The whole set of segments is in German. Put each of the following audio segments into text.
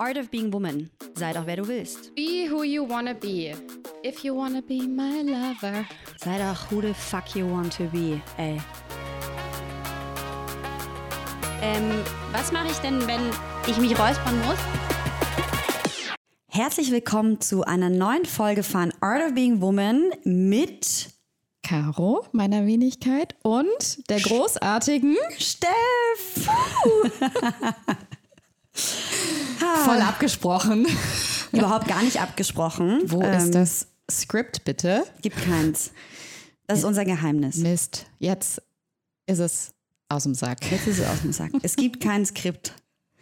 Art of Being Woman. Sei doch, wer du willst. Be who you wanna be. If you wanna be my lover. Sei doch, who the fuck you want to be, ey. Was mache ich denn, wenn ich mich räuspern muss? Herzlich willkommen zu einer neuen Folge von Art of Being Woman mit Caro, meiner Wenigkeit, und der großartigen Steff. Voll abgesprochen. Überhaupt gar nicht abgesprochen. Wo ist das Skript, bitte? Gibt keins. Das ist unser Geheimnis. Mist, jetzt ist es aus dem Sack. Jetzt ist es aus dem Sack. Es gibt kein Skript.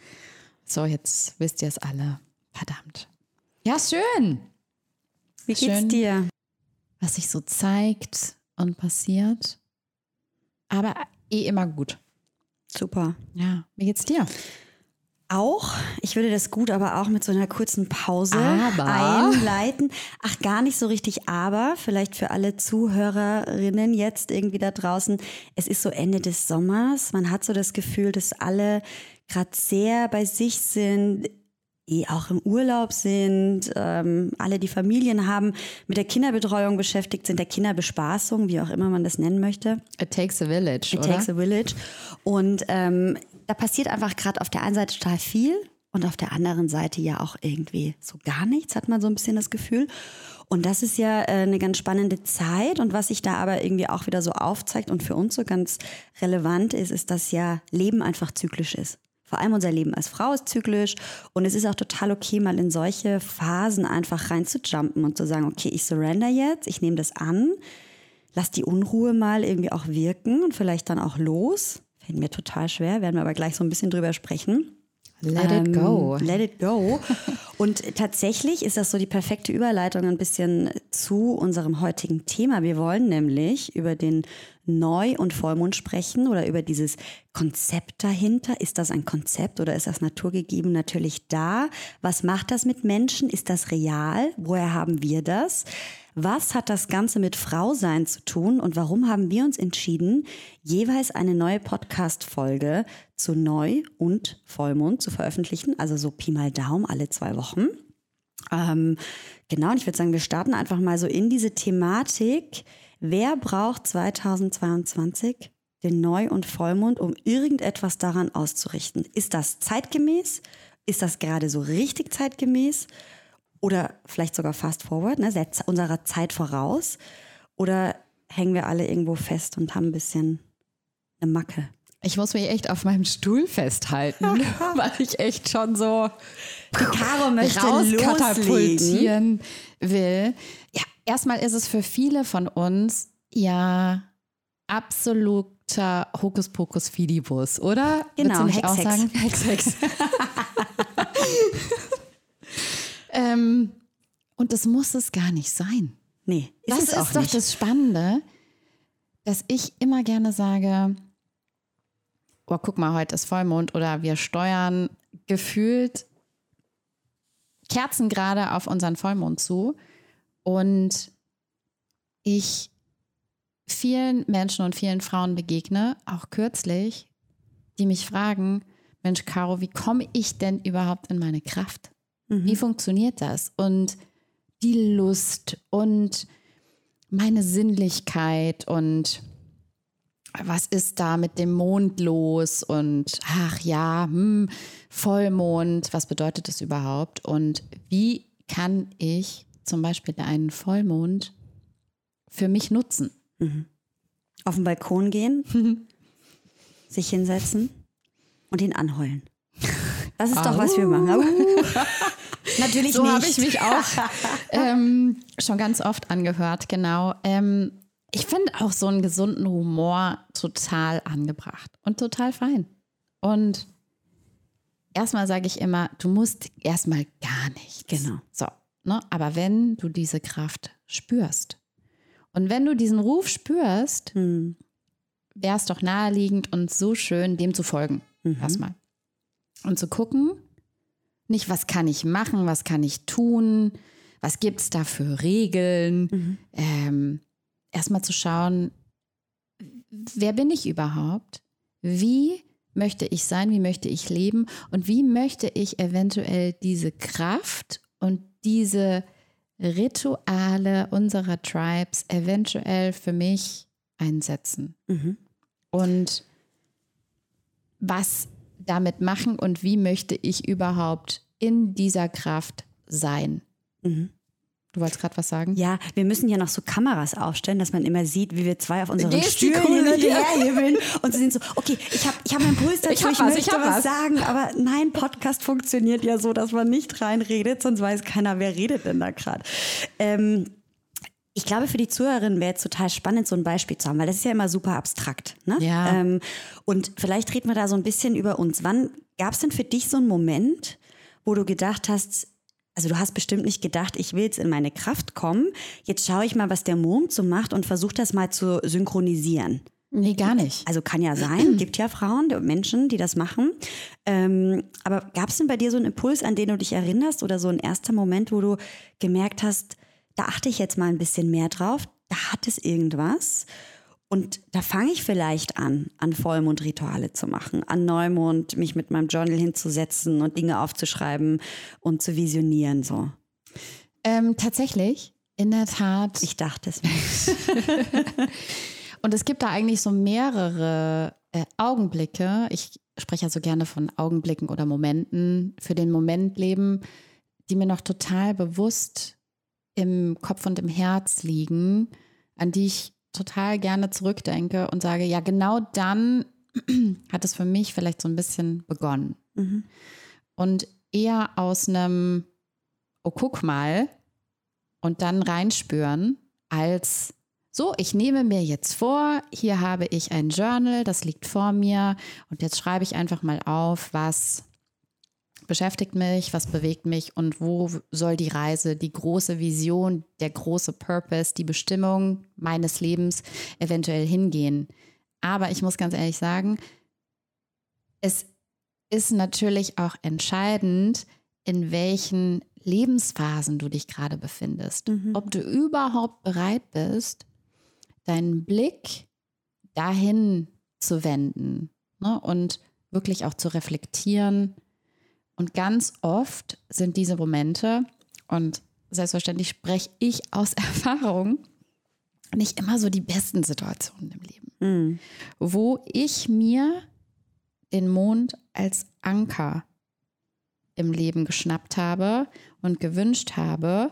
So, jetzt wisst ihr es alle. Verdammt. Ja, schön. Wie geht's Schön. dir? Was sich so zeigt und passiert. Aber immer gut. Super. Ja, wie geht's dir? Auch, ich würde das gut, aber auch mit so einer kurzen Pause Aber? einleiten. Ach, gar nicht so richtig, aber vielleicht für alle Zuhörerinnen jetzt irgendwie da draußen. Es ist so Ende des Sommers. Man hat so das Gefühl, dass alle gerade sehr bei sich sind, auch im Urlaub sind, alle die Familien haben, mit der Kinderbetreuung beschäftigt sind, der Kinderbespaßung, wie auch immer man das nennen möchte. It takes a village, It takes a village. Und da passiert einfach gerade auf der einen Seite total viel und auf der anderen Seite ja auch irgendwie so gar nichts, hat man so ein bisschen das Gefühl. Und das ist ja eine ganz spannende Zeit. Und was sich da aber irgendwie auch wieder so aufzeigt und für uns so ganz relevant ist, dass ja Leben einfach zyklisch ist. Vor allem unser Leben als Frau ist zyklisch und es ist auch total okay, mal in solche Phasen einfach rein zu jumpen und zu sagen, okay, ich surrender jetzt, ich nehme das an, lass die Unruhe mal irgendwie auch wirken und vielleicht dann auch los. Fällt mir total schwer, werden wir aber gleich so ein bisschen drüber sprechen. Let it go. Let it go. Und tatsächlich ist das so die perfekte Überleitung ein bisschen zu unserem heutigen Thema. Wir wollen nämlich über den Neu- und Vollmond sprechen oder über dieses Konzept dahinter. Ist das ein Konzept oder ist das naturgegeben natürlich da? Was macht das mit Menschen? Ist das real? Woher haben wir das? Was hat das Ganze mit Frausein zu tun und warum haben wir uns entschieden, jeweils eine neue Podcast-Folge zu Neu- und Vollmond zu veröffentlichen? Also so Pi mal Daumen alle 2 Wochen. Genau, und ich würde sagen, wir starten einfach mal so in diese Thematik. Wer braucht 2022 den Neu- und Vollmond, um irgendetwas daran auszurichten? Ist das zeitgemäß? Ist das gerade so richtig zeitgemäß? Oder vielleicht sogar fast forward, ne, unserer Zeit voraus? Oder hängen wir alle irgendwo fest und haben ein bisschen eine Macke? Ich muss mich echt auf meinem Stuhl festhalten, weil ich echt schon so Die Caro möchte rauskatapultieren will. Ja, erstmal ist es für viele von uns ja absoluter Hokuspokus-Fidibus, oder? Genau, Würdest du nicht auch Hex. sagen? Hex. Und das muss es gar nicht sein. Nee, Das es auch ist doch nicht. das Spannende, dass ich immer gerne sage, oh, guck mal, heute ist Vollmond oder wir steuern gefühlt kerzengerade auf unseren Vollmond zu und ich vielen Menschen und vielen Frauen begegne, auch kürzlich, die mich fragen, Mensch, Caro, wie komme ich denn überhaupt in meine Kraft? Wie funktioniert das? Und die Lust und meine Sinnlichkeit und was ist da mit dem Mond los? Und ach ja, Vollmond, was bedeutet das überhaupt? Und wie kann ich zum Beispiel einen Vollmond für mich nutzen? Auf den Balkon gehen, sich hinsetzen und ihn anheulen. Das ist doch, was wir machen. Aber natürlich So nicht. habe ich mich auch schon ganz oft angehört, genau. Ich finde auch so einen gesunden Humor total angebracht und total fein. Und erstmal sage ich immer, du musst erstmal gar nichts. Genau. So, ne? Aber wenn du diese Kraft spürst und wenn du diesen Ruf spürst, wäre es doch naheliegend und so schön, dem zu folgen. Erstmal. Und zu gucken, nicht was kann ich machen, was kann ich tun, was gibt es da für Regeln. Erstmal zu schauen, wer bin ich überhaupt? Wie möchte ich sein, wie möchte ich leben und wie möchte ich eventuell diese Kraft und diese Rituale unserer Tribes eventuell für mich einsetzen. Und was damit machen und wie möchte ich überhaupt in dieser Kraft sein. Du wolltest gerade was sagen? Ja, wir müssen ja noch so Kameras aufstellen, dass man immer sieht, wie wir zwei auf unseren Stühlen hin und her hebeln und sie sind so, okay, ich hab meinen Puls dazu, ich möchte was sagen, aber nein, Podcast funktioniert ja so, dass man nicht reinredet, sonst weiß keiner, wer redet denn da gerade. Ich glaube, für die Zuhörerinnen wäre jetzt total spannend, so ein Beispiel zu haben, weil das ist ja immer super abstrakt. Ne? Ja. Und vielleicht reden wir da so ein bisschen über uns. Wann gab es denn für dich so einen Moment, wo du gedacht hast, also du hast bestimmt nicht gedacht, ich will jetzt in meine Kraft kommen, jetzt schaue ich mal, was der Mond so macht und versuche das mal zu synchronisieren. Nee, gar nicht. Also kann ja sein, gibt ja Frauen, Menschen, die das machen. Aber gab es denn bei dir so einen Impuls, an den du dich erinnerst oder so ein erster Moment, wo du gemerkt hast, da achte ich jetzt mal ein bisschen mehr drauf, da hat es irgendwas und da fange ich vielleicht an Vollmondrituale zu machen, an Neumond mich mit meinem Journal hinzusetzen und Dinge aufzuschreiben und zu visionieren so. Tatsächlich, in der Tat. Ich dachte es mir. Und es gibt da eigentlich so mehrere Augenblicke. Ich spreche ja so gerne von Augenblicken oder Momenten für den Moment leben, die mir noch total bewusst im Kopf und im Herz liegen, an die ich total gerne zurückdenke und sage, ja, genau dann hat es für mich vielleicht so ein bisschen begonnen. Und eher aus einem, oh, guck mal, und dann reinspüren, als so, ich nehme mir jetzt vor, hier habe ich ein Journal, das liegt vor mir und jetzt schreibe ich einfach mal auf, was beschäftigt mich, was bewegt mich und wo soll die Reise, die große Vision, der große Purpose, die Bestimmung meines Lebens eventuell hingehen. Aber ich muss ganz ehrlich sagen, es ist natürlich auch entscheidend, in welchen Lebensphasen du dich gerade befindest. Ob du überhaupt bereit bist, deinen Blick dahin zu wenden, ne, und wirklich auch zu reflektieren. Und ganz oft sind diese Momente, und selbstverständlich spreche ich aus Erfahrung, nicht immer so die besten Situationen im Leben, wo ich mir den Mond als Anker im Leben geschnappt habe und gewünscht habe.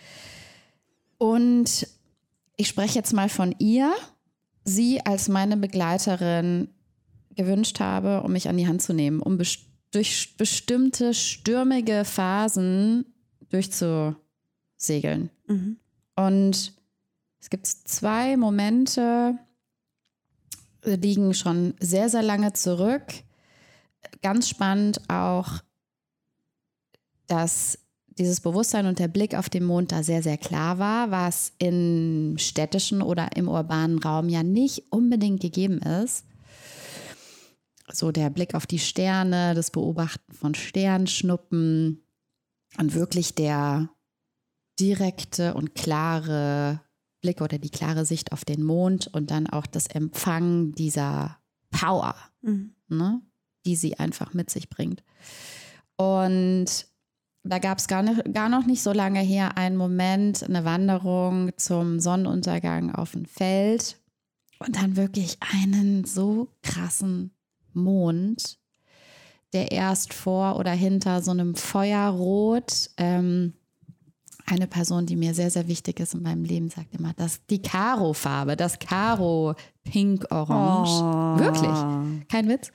Und ich spreche jetzt mal von ihr, sie als meine Begleiterin gewünscht habe, um mich an die Hand zu nehmen, um durch bestimmte stürmige Phasen durchzusegeln. Und es gibt 2 Momente, die liegen schon sehr, sehr lange zurück. Ganz spannend auch, dass dieses Bewusstsein und der Blick auf den Mond da sehr, sehr klar war, was im städtischen oder im urbanen Raum ja nicht unbedingt gegeben ist. So der Blick auf die Sterne, das Beobachten von Sternschnuppen und wirklich der direkte und klare Blick oder die klare Sicht auf den Mond und dann auch das Empfangen dieser Power, ne, die sie einfach mit sich bringt. Und da gab es gar noch nicht so lange her einen Moment, eine Wanderung zum Sonnenuntergang auf dem Feld und dann wirklich einen so krassen Mond, der erst vor oder hinter so einem Feuerrot, eine Person, die mir sehr, sehr wichtig ist in meinem Leben, sagt immer, dass die Karo-Farbe, das Karo Pink-Orange, wirklich, kein Witz.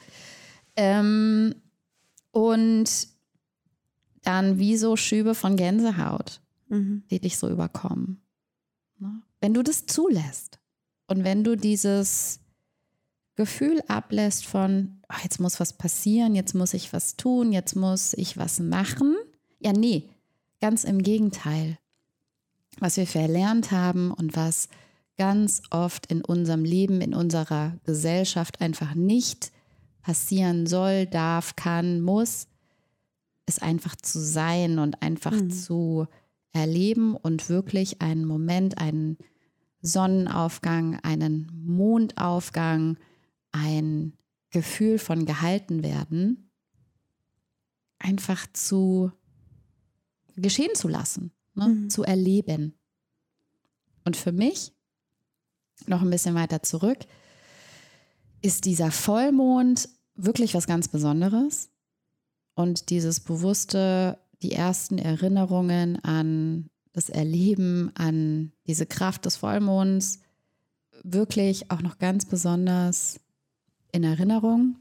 Und dann wie so Schübe von Gänsehaut, die dich so überkommen. Ne? Wenn du das zulässt und wenn du dieses Gefühl ablässt von, oh, jetzt muss was passieren, jetzt muss ich was tun, jetzt muss ich was machen. Ja, nee, ganz im Gegenteil. Was wir verlernt haben und was ganz oft in unserem Leben, in unserer Gesellschaft einfach nicht passieren soll, darf, kann, muss, ist einfach zu sein und einfach zu erleben und wirklich einen Moment, einen Sonnenaufgang, einen Mondaufgang, ein Gefühl von gehalten werden einfach zu geschehen zu lassen, ne? Zu erleben. Und für mich, noch ein bisschen weiter zurück, ist dieser Vollmond wirklich was ganz Besonderes. Und dieses bewusste, die ersten Erinnerungen an das Erleben, an diese Kraft des Vollmonds, wirklich auch noch ganz besonders in Erinnerung,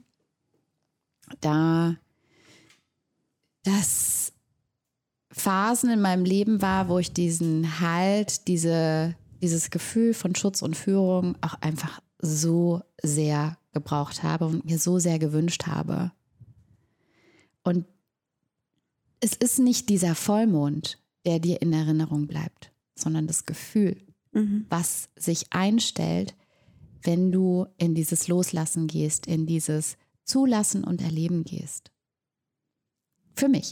da das Phasen in meinem Leben war, wo ich diesen Halt, dieses Gefühl von Schutz und Führung auch einfach so sehr gebraucht habe und mir so sehr gewünscht habe. Und es ist nicht dieser Vollmond, der dir in Erinnerung bleibt, sondern das Gefühl, was sich einstellt, wenn du in dieses Loslassen gehst, in dieses Zulassen und Erleben gehst. Für mich.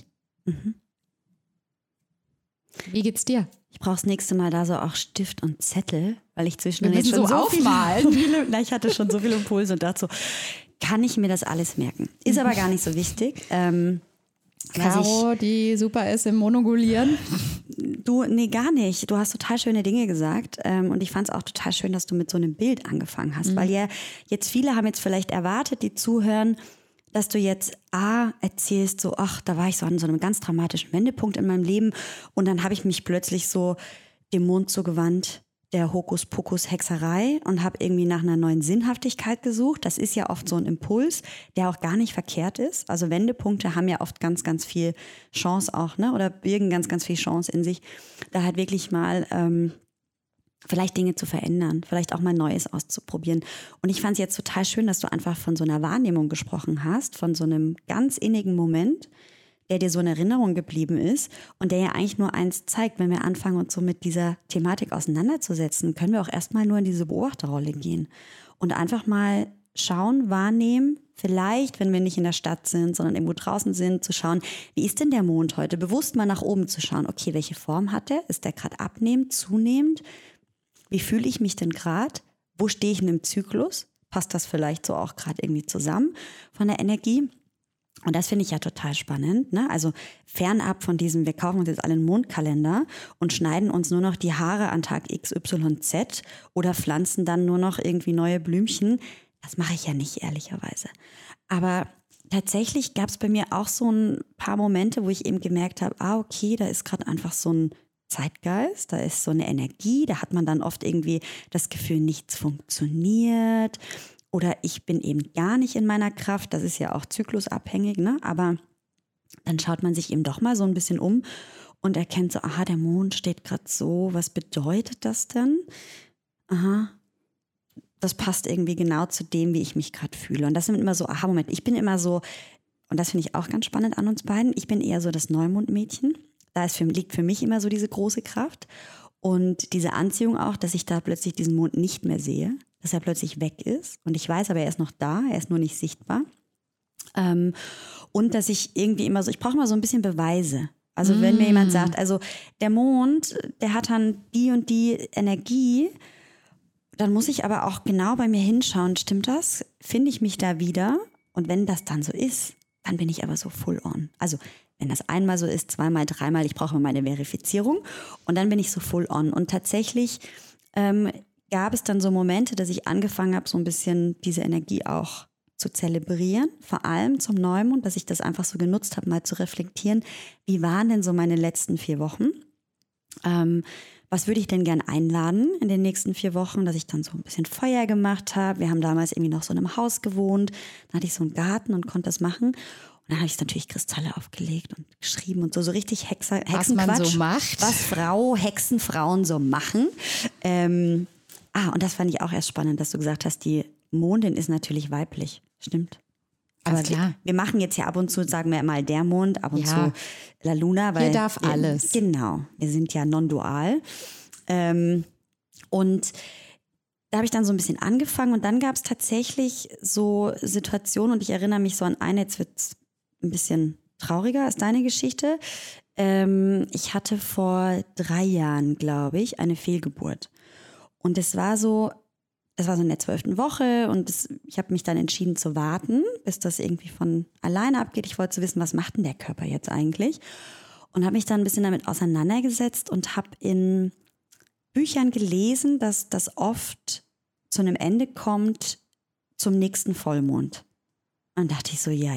Wie geht's dir? Ich brauche das nächste Mal da so auch Stift und Zettel, weil ich zwischendurch jetzt schon so viele, ich hatte schon so viele Impulse und dazu kann ich mir das alles merken. Ist aber gar nicht so wichtig. Caro, die super ist im Monogulieren. Nee, gar nicht. Du hast total schöne Dinge gesagt und ich fand es auch total schön, dass du mit so einem Bild angefangen hast, weil ja jetzt viele haben jetzt vielleicht erwartet, die zuhören, dass du jetzt erzählst, so, ach, da war ich so an so einem ganz dramatischen Wendepunkt in meinem Leben und dann habe ich mich plötzlich so dem Mond zugewandt, der Hokuspokus-Hexerei und habe irgendwie nach einer neuen Sinnhaftigkeit gesucht. Das ist ja oft so ein Impuls, der auch gar nicht verkehrt ist. Also Wendepunkte haben ja oft ganz, ganz viel Chance auch, ne? Oder birgen ganz, ganz viel Chance in sich, da halt wirklich mal vielleicht Dinge zu verändern, vielleicht auch mal Neues auszuprobieren. Und ich fand es jetzt total schön, dass du einfach von so einer Wahrnehmung gesprochen hast, von so einem ganz innigen Moment, der dir so in Erinnerung geblieben ist und der ja eigentlich nur eins zeigt, wenn wir anfangen, uns so mit dieser Thematik auseinanderzusetzen, können wir auch erstmal nur in diese Beobachterrolle gehen und einfach mal schauen, wahrnehmen, vielleicht, wenn wir nicht in der Stadt sind, sondern irgendwo draußen sind, zu schauen, wie ist denn der Mond heute? Bewusst mal nach oben zu schauen, okay, welche Form hat der? Ist der gerade abnehmend, zunehmend? Wie fühle ich mich denn gerade? Wo stehe ich in einem Zyklus? Passt das vielleicht so auch gerade irgendwie zusammen von der Energie? Und das finde ich ja total spannend, ne? Also fernab von diesem, wir kaufen uns jetzt alle einen Mondkalender und schneiden uns nur noch die Haare an Tag XYZ oder pflanzen dann nur noch irgendwie neue Blümchen. Das mache ich ja nicht, ehrlicherweise. Aber tatsächlich gab es bei mir auch so ein paar Momente, wo ich eben gemerkt habe, okay, da ist gerade einfach so ein Zeitgeist, da ist so eine Energie, da hat man dann oft irgendwie das Gefühl, nichts funktioniert. Oder ich bin eben gar nicht in meiner Kraft, das ist ja auch zyklusabhängig, ne? Aber dann schaut man sich eben doch mal so ein bisschen um und erkennt so, aha, der Mond steht gerade so, was bedeutet das denn? Aha, das passt irgendwie genau zu dem, wie ich mich gerade fühle. Und das sind immer so, aha, Moment, ich bin immer so, und das finde ich auch ganz spannend an uns beiden, ich bin eher so das Neumondmädchen. Da liegt für mich immer so diese große Kraft und diese Anziehung auch, dass ich da plötzlich diesen Mond nicht mehr sehe, dass er plötzlich weg ist und ich weiß, aber er ist noch da, er ist nur nicht sichtbar. Und dass ich irgendwie immer so, ich brauche immer so ein bisschen Beweise. Also wenn mir jemand sagt, also der Mond, der hat dann die und die Energie, dann muss ich aber auch genau bei mir hinschauen, stimmt das? Finde ich mich da wieder? Und wenn das dann so ist, dann bin ich aber so full on. Also wenn das einmal so ist, zweimal, dreimal, ich brauche meine Verifizierung und dann bin ich so full on. Und tatsächlich gab es dann so Momente, dass ich angefangen habe, so ein bisschen diese Energie auch zu zelebrieren, vor allem zum Neumond, dass ich das einfach so genutzt habe, mal zu reflektieren, wie waren denn so meine letzten 4 Wochen? Was würde ich denn gern einladen in den nächsten 4 Wochen, dass ich dann so ein bisschen Feuer gemacht habe. Wir haben damals irgendwie noch so in einem Haus gewohnt, dann hatte ich so einen Garten und konnte das machen. Und dann habe ich natürlich Kristalle aufgelegt und geschrieben und so richtig Hexenquatsch. Was man so macht. Was Hexenfrauen so machen. Und das fand ich auch erst spannend, dass du gesagt hast, die Mondin ist natürlich weiblich. Stimmt. Aber klar. Wir machen jetzt ja ab und zu, sagen wir mal der Mond, ab und zu La Luna. Weil hier darf alles. Genau, wir sind ja non-dual. Und da habe ich dann so ein bisschen angefangen und dann gab es tatsächlich so Situationen und ich erinnere mich so an eine, jetzt wird es ein bisschen trauriger als deine Geschichte. Ich hatte vor 3 Jahren, glaube ich, eine Fehlgeburt. Und es war so, das war so in der 12. Woche und ich habe mich dann entschieden zu warten, bis das irgendwie von alleine abgeht. Ich wollte so wissen, was macht denn der Körper jetzt eigentlich? Und habe mich dann ein bisschen damit auseinandergesetzt und habe in Büchern gelesen, dass das oft zu einem Ende kommt zum nächsten Vollmond. Und dachte ich so, ja,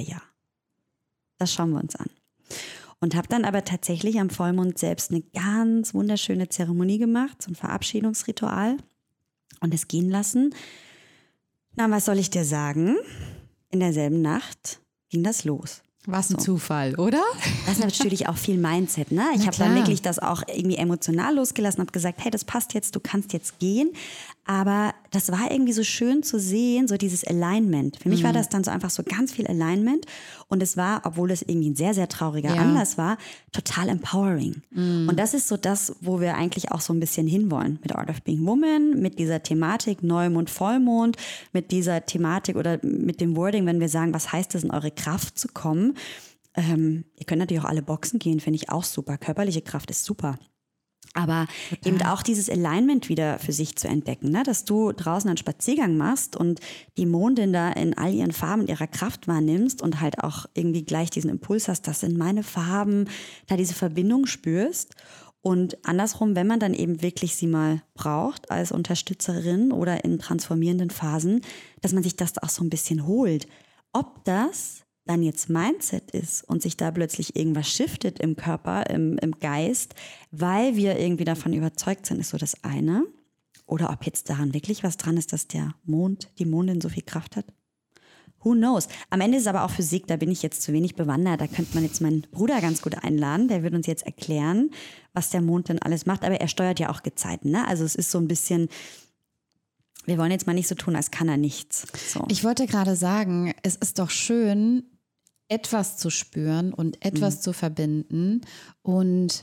das schauen wir uns an. Und habe dann aber tatsächlich am Vollmond selbst eine ganz wunderschöne Zeremonie gemacht, so ein Verabschiedungsritual und es gehen lassen. Na, was soll ich dir sagen? In derselben Nacht ging das los. Was ein Zufall, oder? Das ist natürlich auch viel Mindset, ne? Ich habe dann wirklich das auch irgendwie emotional losgelassen, habe gesagt, hey, das passt jetzt, du kannst jetzt gehen. Aber das war irgendwie so schön zu sehen, so dieses Alignment. Für mich war das dann so einfach so ganz viel Alignment. Und es war, obwohl es irgendwie ein sehr, sehr trauriger Anlass war, total empowering. Und das ist so das, wo wir eigentlich auch so ein bisschen hinwollen. Mit Art of Being Woman, mit dieser Thematik Neumond, Vollmond, mit dieser Thematik oder mit dem Wording, wenn wir sagen, was heißt es, in eure Kraft zu kommen. Ihr könnt natürlich auch alle Boxen gehen, finde ich auch super. Körperliche Kraft ist super. Aber eben auch dieses Alignment wieder für sich zu entdecken, ne? Dass du draußen einen Spaziergang machst und die Mondin da in all ihren Farben und ihrer Kraft wahrnimmst und halt auch irgendwie gleich diesen Impuls hast, das sind meine Farben, da diese Verbindung spürst. Und andersrum, wenn man dann eben wirklich sie mal braucht als Unterstützerin oder in transformierenden Phasen, dass man sich das auch so ein bisschen holt. Ob das dann jetzt Mindset ist und sich da plötzlich irgendwas shiftet im Körper, im Geist, weil wir irgendwie davon überzeugt sind, ist so das eine. Oder ob jetzt daran wirklich was dran ist, dass der Mond, die Mondin so viel Kraft hat. Who knows? Am Ende ist es aber auch Physik, da bin ich jetzt zu wenig bewandert. Da könnte man jetzt meinen Bruder ganz gut einladen. Der wird uns jetzt erklären, was der Mond denn alles macht. Aber er steuert ja auch Gezeiten, ne? Also es ist so ein bisschen... Wir wollen jetzt mal nicht so tun, als kann er nichts. So. Ich wollte gerade sagen, es ist doch schön, etwas zu spüren und etwas zu verbinden. Und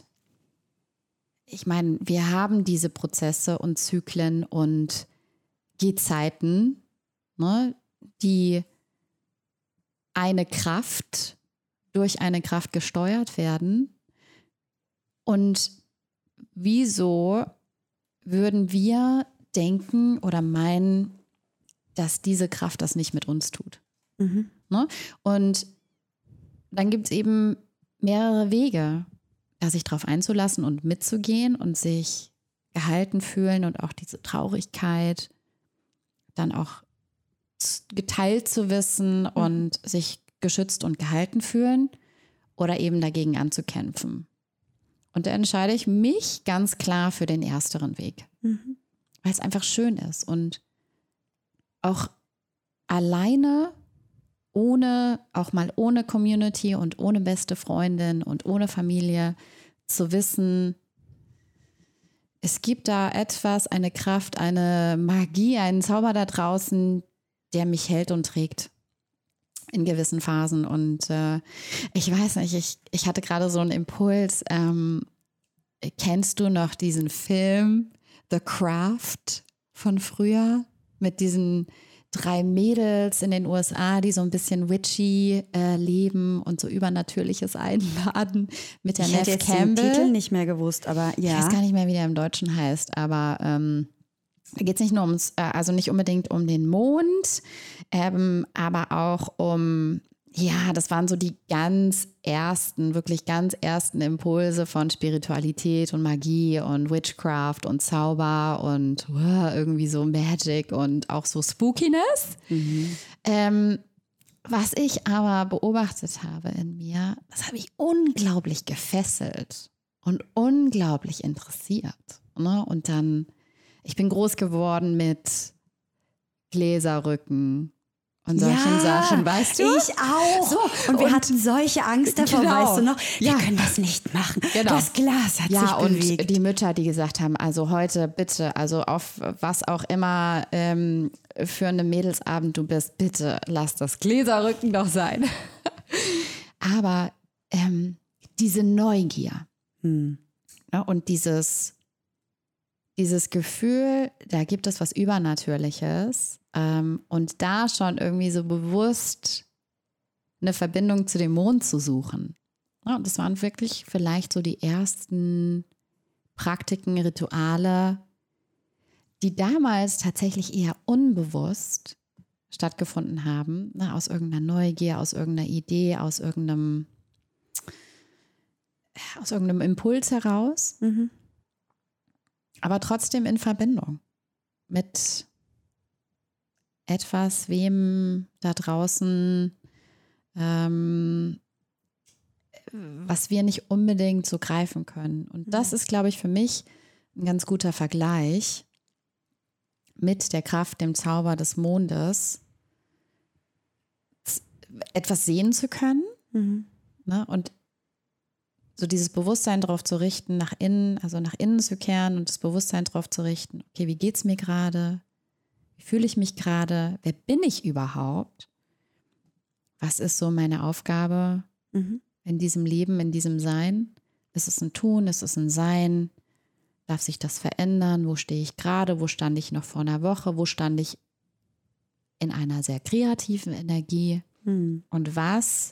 ich meine, wir haben diese Prozesse und Zyklen und Gezeiten, ne, die eine Kraft durch eine Kraft gesteuert werden. Und wieso würden wir denken oder meinen, dass diese Kraft das nicht mit uns tut? Ne? Und dann gibt es eben mehrere Wege, da sich drauf einzulassen und mitzugehen und sich gehalten fühlen und auch diese Traurigkeit dann auch geteilt zu wissen und sich geschützt und gehalten fühlen oder eben dagegen anzukämpfen. Und da entscheide ich mich ganz klar für den ersteren Weg, weil es einfach schön ist und auch alleine auch mal ohne Community und ohne beste Freundin und ohne Familie zu wissen, es gibt da etwas, eine Kraft, eine Magie, einen Zauber da draußen, der mich hält und trägt in gewissen Phasen. Und ich weiß nicht, ich hatte gerade so einen Impuls. Kennst du noch diesen Film The Craft von früher mit diesen 3 Mädels in den USA, die so ein bisschen witchy leben und so Übernatürliches einladen mit der Neve Campbell. Ich hätte jetzt den Titel nicht mehr gewusst, aber ja. Ich weiß gar nicht mehr, wie der im Deutschen heißt, aber da geht es nicht nur also nicht unbedingt um den Mond, aber auch um, ja, das waren so die wirklich ganz ersten Impulse von Spiritualität und Magie und Witchcraft und Zauber und irgendwie so Magic und auch so Spookiness. Was ich aber beobachtet habe in mir, das habe ich unglaublich gefesselt und unglaublich interessiert. Ne? Und dann, ich bin groß geworden mit Gläserrücken und solchen Sachen, weißt du? Ich auch. So, und wir hatten solche Angst davor, weißt du noch? Wir können das nicht machen. Genau. Das Glas hat sich bewegt. Und die Mütter, die gesagt haben, also heute bitte, also auf was auch immer für einen Mädelsabend du bist, bitte lass das Gläserrücken doch sein. Aber diese Neugier und dieses Gefühl, da gibt es was Übernatürliches, und da schon irgendwie so bewusst eine Verbindung zu dem Mond zu suchen. Ja, und das waren wirklich vielleicht so die ersten Praktiken, Rituale, die damals tatsächlich eher unbewusst stattgefunden haben, ne, aus irgendeiner Neugier, aus irgendeiner Idee, aus irgendeinem Impuls heraus, aber trotzdem in Verbindung mit etwas, wem da draußen, was wir nicht unbedingt so greifen können. Und das ist, glaube ich, für mich ein ganz guter Vergleich mit der Kraft, dem Zauber des Mondes, etwas sehen zu können, ne? Und so dieses Bewusstsein darauf zu richten, nach innen, also nach innen zu kehren und das Bewusstsein darauf zu richten, okay, wie geht's mir gerade? Wie fühle ich mich gerade? Wer bin ich überhaupt? Was ist so meine Aufgabe in diesem Leben, in diesem Sein? Ist es ein Tun? Ist es ein Sein? Darf sich das verändern? Wo stehe ich gerade? Wo stand ich noch vor einer Woche? Wo stand ich in einer sehr kreativen Energie? Und was?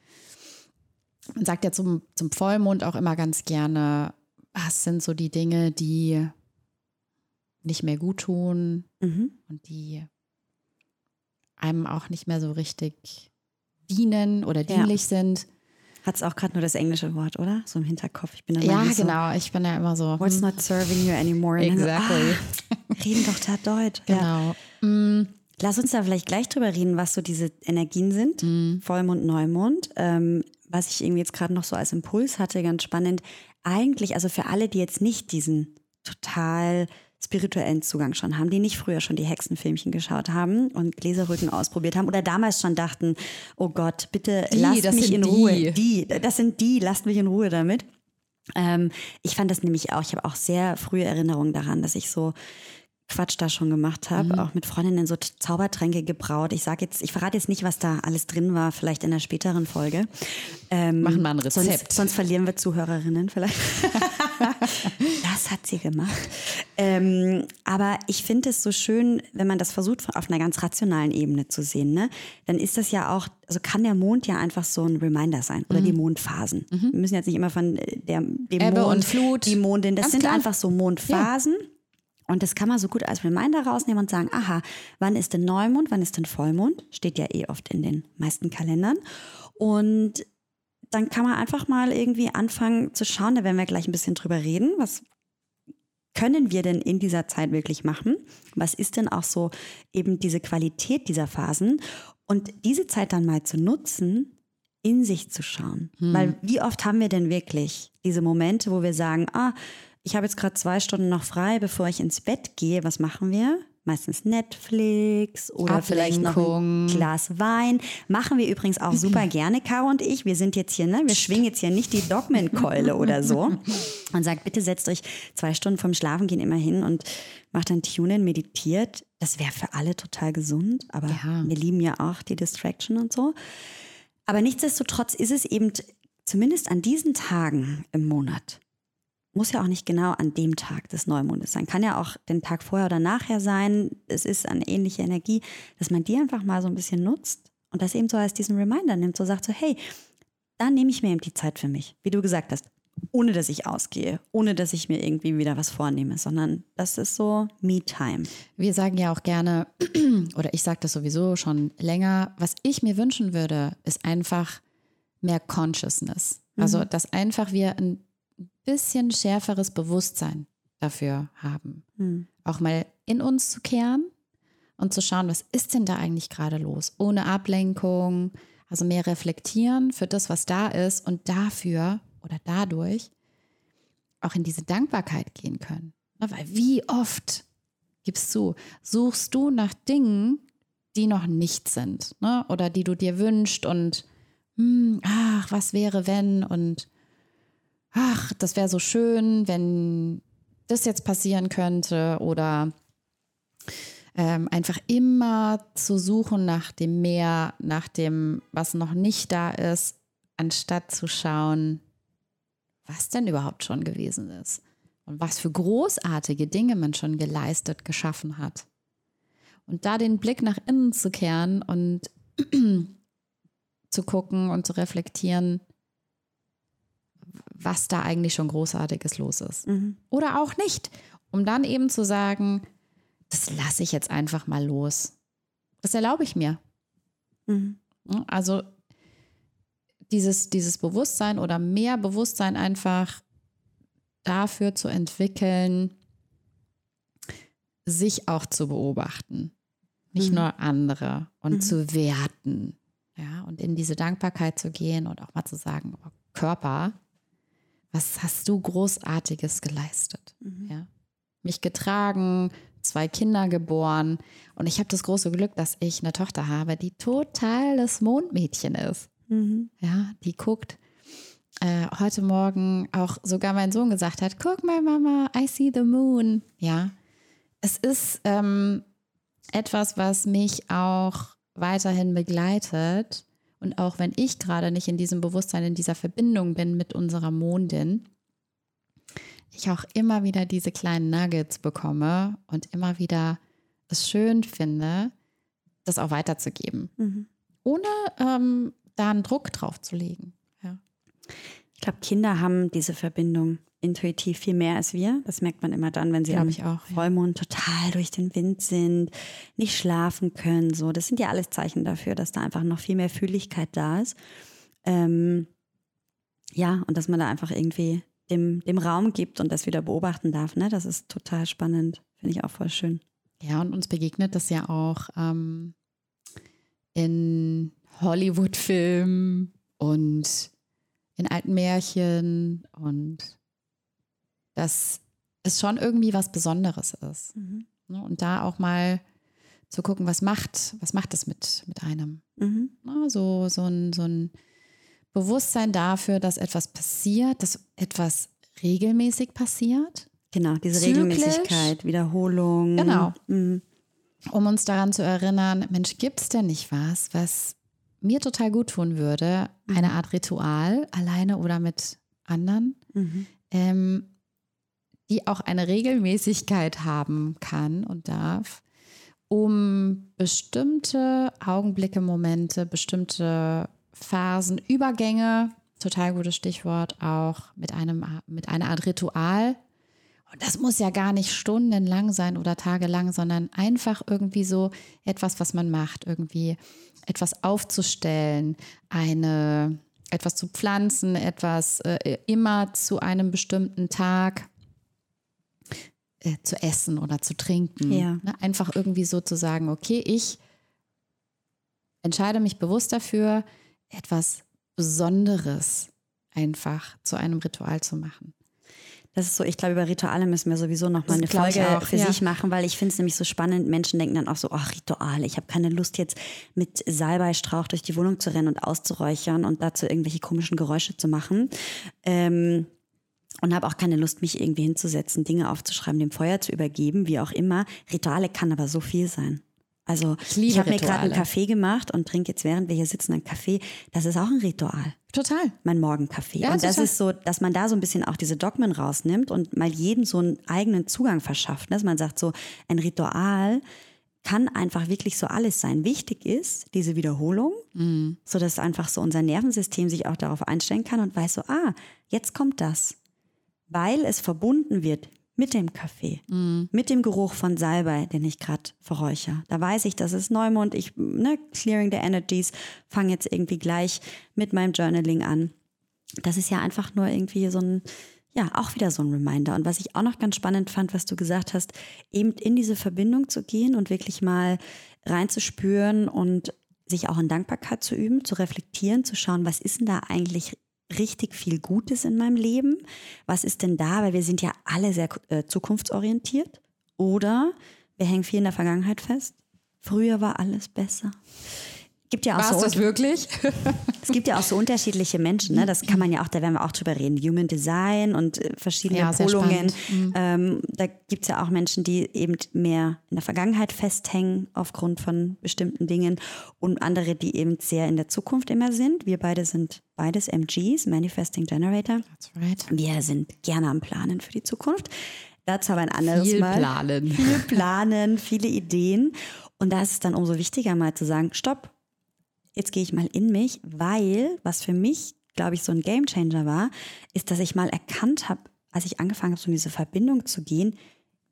Man sagt ja zum Vollmond auch immer ganz gerne, was sind so die Dinge, die nicht mehr gut tun und die einem auch nicht mehr so richtig dienen oder dienlich sind. Hat es auch gerade nur das englische Wort, oder? So im Hinterkopf. Ich bin dann ja, genau. Ich bin ja immer so. What's not serving you anymore? Exactly. Reden doch da Deutsch. Genau. Ja. Lass uns da vielleicht gleich drüber reden, was so diese Energien sind. Vollmond, Neumond. Was ich irgendwie jetzt gerade noch so als Impuls hatte, ganz spannend. Eigentlich, also für alle, die jetzt nicht diesen total spirituellen Zugang schon haben, die nicht früher schon die Hexenfilmchen geschaut haben und Gläserrücken ausprobiert haben oder damals schon dachten, oh Gott, bitte lasst mich in Ruhe. Das sind die, lasst mich in Ruhe damit. Ich fand das nämlich auch, ich habe auch sehr frühe Erinnerungen daran, dass ich so Quatsch da schon gemacht habe, auch mit Freundinnen so Zaubertränke gebraut. Ich verrate jetzt nicht, was da alles drin war, vielleicht in einer späteren Folge. Machen wir ein Rezept. Sonst verlieren wir Zuhörerinnen vielleicht. Das hat sie gemacht. Aber ich finde es so schön, wenn man das versucht, auf einer ganz rationalen Ebene zu sehen, ne? Dann ist das ja auch, also kann der Mond ja einfach so ein Reminder sein oder die Mondphasen. Wir müssen jetzt nicht immer von dem Ebbe Mond, und Flut. die Mondin, das Ganz sind klar. einfach so Mondphasen. Ja. Und das kann man so gut als Reminder rausnehmen und sagen, aha, wann ist denn Neumond, wann ist denn Vollmond? Steht ja oft in den meisten Kalendern. Und dann kann man einfach mal irgendwie anfangen zu schauen, da werden wir gleich ein bisschen drüber reden, was können wir denn in dieser Zeit wirklich machen? Was ist denn auch so eben diese Qualität dieser Phasen? Und diese Zeit dann mal zu nutzen, in sich zu schauen. Weil wie oft haben wir denn wirklich diese Momente, wo wir sagen, ich habe jetzt gerade 2 Stunden noch frei, bevor ich ins Bett gehe. Was machen wir? Meistens Netflix oder vielleicht noch ein Glas Wein. Machen wir übrigens auch super gerne, Caro und ich. Wir sind jetzt hier, ne? Wir schwingen jetzt hier nicht die Dogmenkeule oder so. Und sagt, bitte setzt euch 2 Stunden vorm Schlafengehen immer hin und macht dann Tune-In, meditiert. Das wäre für alle total gesund, aber wir lieben ja auch die Distraction und so. Aber nichtsdestotrotz ist es eben zumindest an diesen Tagen im Monat, muss ja auch nicht genau an dem Tag des Neumondes sein. Kann ja auch den Tag vorher oder nachher sein. Es ist eine ähnliche Energie, dass man die einfach mal so ein bisschen nutzt und das eben so als diesen Reminder nimmt. So sagt so, hey, da nehme ich mir eben die Zeit für mich. Wie du gesagt hast, ohne dass ich ausgehe, ohne dass ich mir irgendwie wieder was vornehme, sondern das ist so Me-Time. Wir sagen ja auch gerne, oder ich sage das sowieso schon länger, was ich mir wünschen würde, ist einfach mehr Consciousness. Also, dass einfach wir ein bisschen schärferes Bewusstsein dafür haben. Auch mal in uns zu kehren und zu schauen, was ist denn da eigentlich gerade los? Ohne Ablenkung, also mehr reflektieren für das, was da ist und dafür oder dadurch auch in diese Dankbarkeit gehen können. Weil wie oft, gibst du, suchst du nach Dingen, die noch nicht sind, ne? Oder die du dir wünschst und was wäre wenn und das wäre so schön, wenn das jetzt passieren könnte oder einfach immer zu suchen nach dem Mehr, nach dem, was noch nicht da ist, anstatt zu schauen, was denn überhaupt schon gewesen ist und was für großartige Dinge man schon geleistet, geschaffen hat. Und da den Blick nach innen zu kehren und zu gucken und zu reflektieren, was da eigentlich schon Großartiges los ist. Oder auch nicht. Um dann eben zu sagen, das lasse ich jetzt einfach mal los. Das erlaube ich mir. Also dieses Bewusstsein oder mehr Bewusstsein einfach dafür zu entwickeln, sich auch zu beobachten, nicht nur andere und zu werten. Ja, und in diese Dankbarkeit zu gehen und auch mal zu sagen, oh, Körper, was hast du Großartiges geleistet? Ja, mich getragen, 2 Kinder geboren und ich habe das große Glück, dass ich eine Tochter habe, die total das Mondmädchen ist. Ja, die guckt. Heute Morgen auch sogar mein Sohn gesagt hat, guck mal Mama, I see the moon. Ja, es ist etwas, was mich auch weiterhin begleitet und auch wenn ich gerade nicht in diesem Bewusstsein, in dieser Verbindung bin mit unserer Mondin, ich auch immer wieder diese kleinen Nuggets bekomme und immer wieder es schön finde, das auch weiterzugeben, ohne da einen Druck drauf zu legen. Ja. Ich glaube, Kinder haben diese Verbindung intuitiv viel mehr als wir. Das merkt man immer dann, wenn sie am Vollmond total durch den Wind sind, nicht schlafen können. So, das sind ja alles Zeichen dafür, dass da einfach noch viel mehr Fühligkeit da ist. Ja, und dass man da einfach irgendwie dem Raum gibt und das wieder beobachten darf. Ne? Das ist total spannend. Finde ich auch voll schön. Ja, und uns begegnet das ja auch in Hollywood-Filmen und in alten Märchen und dass es schon irgendwie was Besonderes ist. Und da auch mal zu gucken, was macht es mit einem. So ein Bewusstsein dafür, dass etwas passiert, dass etwas regelmäßig passiert. Genau, diese Regelmäßigkeit, Wiederholung. Genau. Um uns daran zu erinnern, Mensch, gibt es denn nicht was mir total gut tun würde? Eine Art Ritual, alleine oder mit anderen, die auch eine Regelmäßigkeit haben kann und darf, um bestimmte Augenblicke, Momente, bestimmte Phasen, Übergänge, total gutes Stichwort, auch mit einer Art Ritual. Und das muss ja gar nicht stundenlang sein oder tagelang, sondern einfach irgendwie so etwas, was man macht, irgendwie etwas aufzustellen, etwas zu pflanzen, etwas immer zu einem bestimmten Tag zu essen oder zu trinken. Ja. Ne? Einfach irgendwie so zu sagen, okay, ich entscheide mich bewusst dafür, etwas Besonderes einfach zu einem Ritual zu machen. Das ist so, ich glaube, über Rituale müssen wir sowieso nochmal eine Folge für sich machen, weil ich finde es nämlich so spannend. Menschen denken dann auch so, ach, Rituale, ich habe keine Lust jetzt mit Salbeistrauch durch die Wohnung zu rennen und auszuräuchern und dazu irgendwelche komischen Geräusche zu machen. Und habe auch keine Lust, mich irgendwie hinzusetzen, Dinge aufzuschreiben, dem Feuer zu übergeben, wie auch immer. Rituale kann aber so viel sein. Also ich habe mir gerade einen Kaffee gemacht und trinke jetzt, während wir hier sitzen, einen Kaffee. Das ist auch ein Ritual. Total. Mein Morgenkaffee. Ja, und das total. ist so, dass man da so ein bisschen auch diese Dogmen rausnimmt und mal jedem so einen eigenen Zugang verschafft. Dass man sagt so, ein Ritual kann einfach wirklich so alles sein. Wichtig ist diese Wiederholung, sodass einfach so unser Nervensystem sich auch darauf einstellen kann und weiß so, jetzt kommt das. Weil es verbunden wird mit dem Kaffee, mit dem Geruch von Salbei, den ich gerade verräuchere. Da weiß ich, das ist Neumond, clearing the energies, fange jetzt irgendwie gleich mit meinem Journaling an. Das ist ja einfach nur irgendwie so ein, auch wieder so ein Reminder. Und was ich auch noch ganz spannend fand, was du gesagt hast, eben in diese Verbindung zu gehen und wirklich mal reinzuspüren und sich auch in Dankbarkeit zu üben, zu reflektieren, zu schauen, was ist denn da eigentlich richtig viel Gutes in meinem Leben? Was ist denn da? Weil wir sind ja alle sehr zukunftsorientiert. Oder wir hängen viel in der Vergangenheit fest. Früher war alles besser. Gibt ja auch War's das wirklich? Es gibt ja auch so unterschiedliche Menschen, ne? Das kann man ja auch, da werden wir auch drüber reden. Human Design und verschiedene Polungen. Da gibt es ja auch Menschen, die eben mehr in der Vergangenheit festhängen aufgrund von bestimmten Dingen und andere, die eben sehr in der Zukunft immer sind. Wir beide sind beides MGs, Manifesting Generator. That's right. Wir sind gerne am Planen für die Zukunft. Dazu aber ein anderes Mal. Viel planen, viele Ideen. Und da ist es dann umso wichtiger, mal zu sagen, stopp. Jetzt gehe ich mal in mich, weil, was für mich, glaube ich, so ein Gamechanger war, ist, dass ich mal erkannt habe, als ich angefangen habe, so in diese Verbindung zu gehen,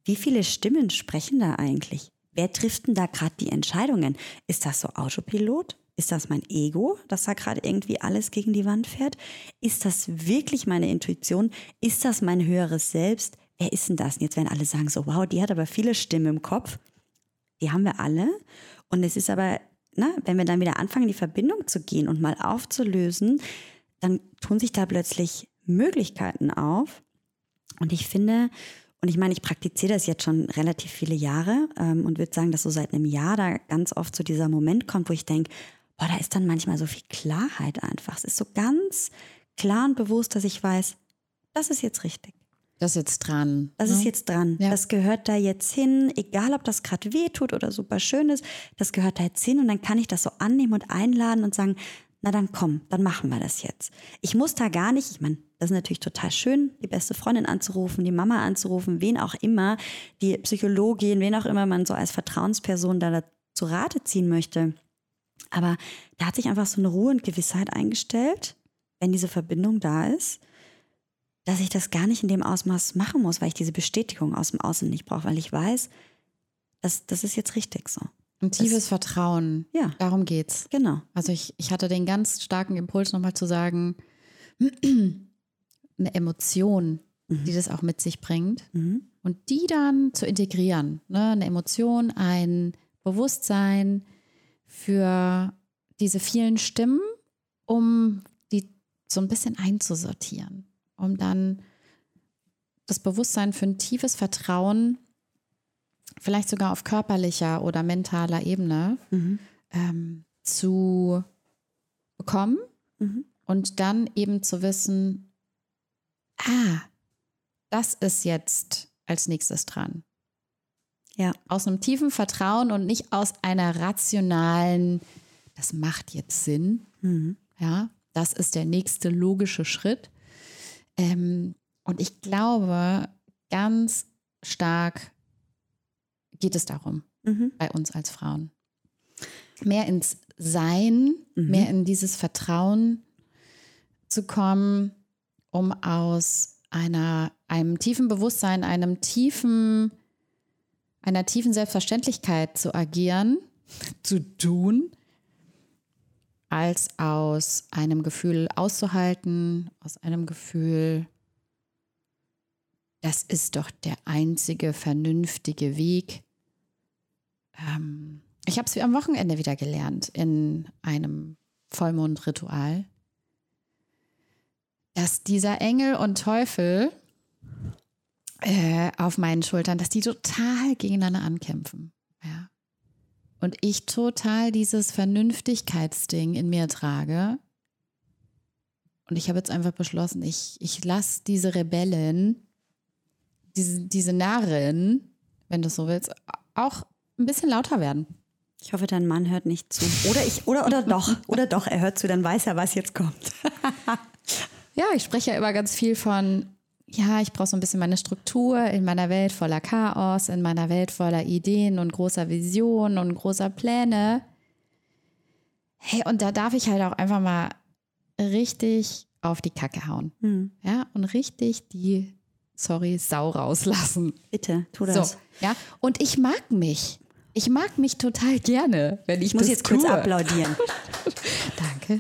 wie viele Stimmen sprechen da eigentlich? Wer trifft denn da gerade die Entscheidungen? Ist das so Autopilot? Ist das mein Ego, das da gerade irgendwie alles gegen die Wand fährt? Ist das wirklich meine Intuition? Ist das mein höheres Selbst? Wer ist denn das? Und jetzt werden alle sagen so, wow, die hat aber viele Stimmen im Kopf. Die haben wir alle. Und es ist aber, wenn wir dann wieder anfangen, in die Verbindung zu gehen und mal aufzulösen, dann tun sich da plötzlich Möglichkeiten auf. Und ich finde, und ich meine, ich praktiziere das jetzt schon relativ viele Jahre und würde sagen, dass so seit einem Jahr da ganz oft so dieser Moment kommt, wo ich denke, boah, da ist dann manchmal so viel Klarheit einfach. Es ist so ganz klar und bewusst, dass ich weiß, das ist jetzt richtig. Das ist jetzt dran. Das ist jetzt dran. Ja. Das gehört da jetzt hin, egal ob das gerade weh tut oder super schön ist, das gehört da jetzt hin und dann kann ich das so annehmen und einladen und sagen, na dann komm, dann machen wir das jetzt. Ich muss da gar nicht, ich meine, das ist natürlich total schön, die beste Freundin anzurufen, die Mama anzurufen, wen auch immer, die Psychologin, wen auch immer man so als Vertrauensperson da zu Rate ziehen möchte. Aber da hat sich einfach so eine Ruhe und Gewissheit eingestellt, wenn diese Verbindung da ist, dass ich das gar nicht in dem Ausmaß machen muss, weil ich diese Bestätigung aus dem Außen nicht brauche, weil ich weiß, das ist jetzt richtig so. Ein tiefes Vertrauen, Ja. Darum geht's. Genau. Also ich hatte den ganz starken Impuls nochmal zu sagen, eine Emotion, die das auch mit sich bringt und die dann zu integrieren. Ne? Eine Emotion, ein Bewusstsein für diese vielen Stimmen, um die so ein bisschen einzusortieren, um dann das Bewusstsein für ein tiefes Vertrauen, vielleicht sogar auf körperlicher oder mentaler Ebene, zu bekommen und dann eben zu wissen, das ist jetzt als nächstes dran. Ja. Aus einem tiefen Vertrauen und nicht aus einer rationalen, das macht jetzt Sinn. Ja, das ist der nächste logische Schritt. Und ich glaube, ganz stark geht es darum, bei uns als Frauen. Mehr ins Sein, mehr in dieses Vertrauen zu kommen, um aus einem tiefen Bewusstsein, einer tiefen Selbstverständlichkeit zu agieren, zu tun, als aus einem Gefühl auszuhalten, aus einem Gefühl, das ist doch der einzige vernünftige Weg. Ich habe es am Wochenende wieder gelernt in einem Vollmondritual, dass dieser Engel und Teufel auf meinen Schultern, dass die total gegeneinander ankämpfen. Ja. Und ich total dieses Vernünftigkeitsding in mir trage. Und ich habe jetzt einfach beschlossen, ich lasse diese Rebellen, diese Narren, wenn du so willst, auch ein bisschen lauter werden. Ich hoffe, dein Mann hört nicht zu. Oder doch, er hört zu, dann weiß er, was jetzt kommt. Ja, ich spreche ja immer ganz viel von, ja, ich brauche so ein bisschen meine Struktur in meiner Welt voller Chaos, in meiner Welt voller Ideen und großer Visionen und großer Pläne. Hey, und da darf ich halt auch einfach mal richtig auf die Kacke hauen. Ja, und richtig die Sau rauslassen. Bitte, tu das. So, ja, und ich mag mich. Ich mag mich total gerne, wenn ich das muss jetzt tue. kurz applaudieren. Danke.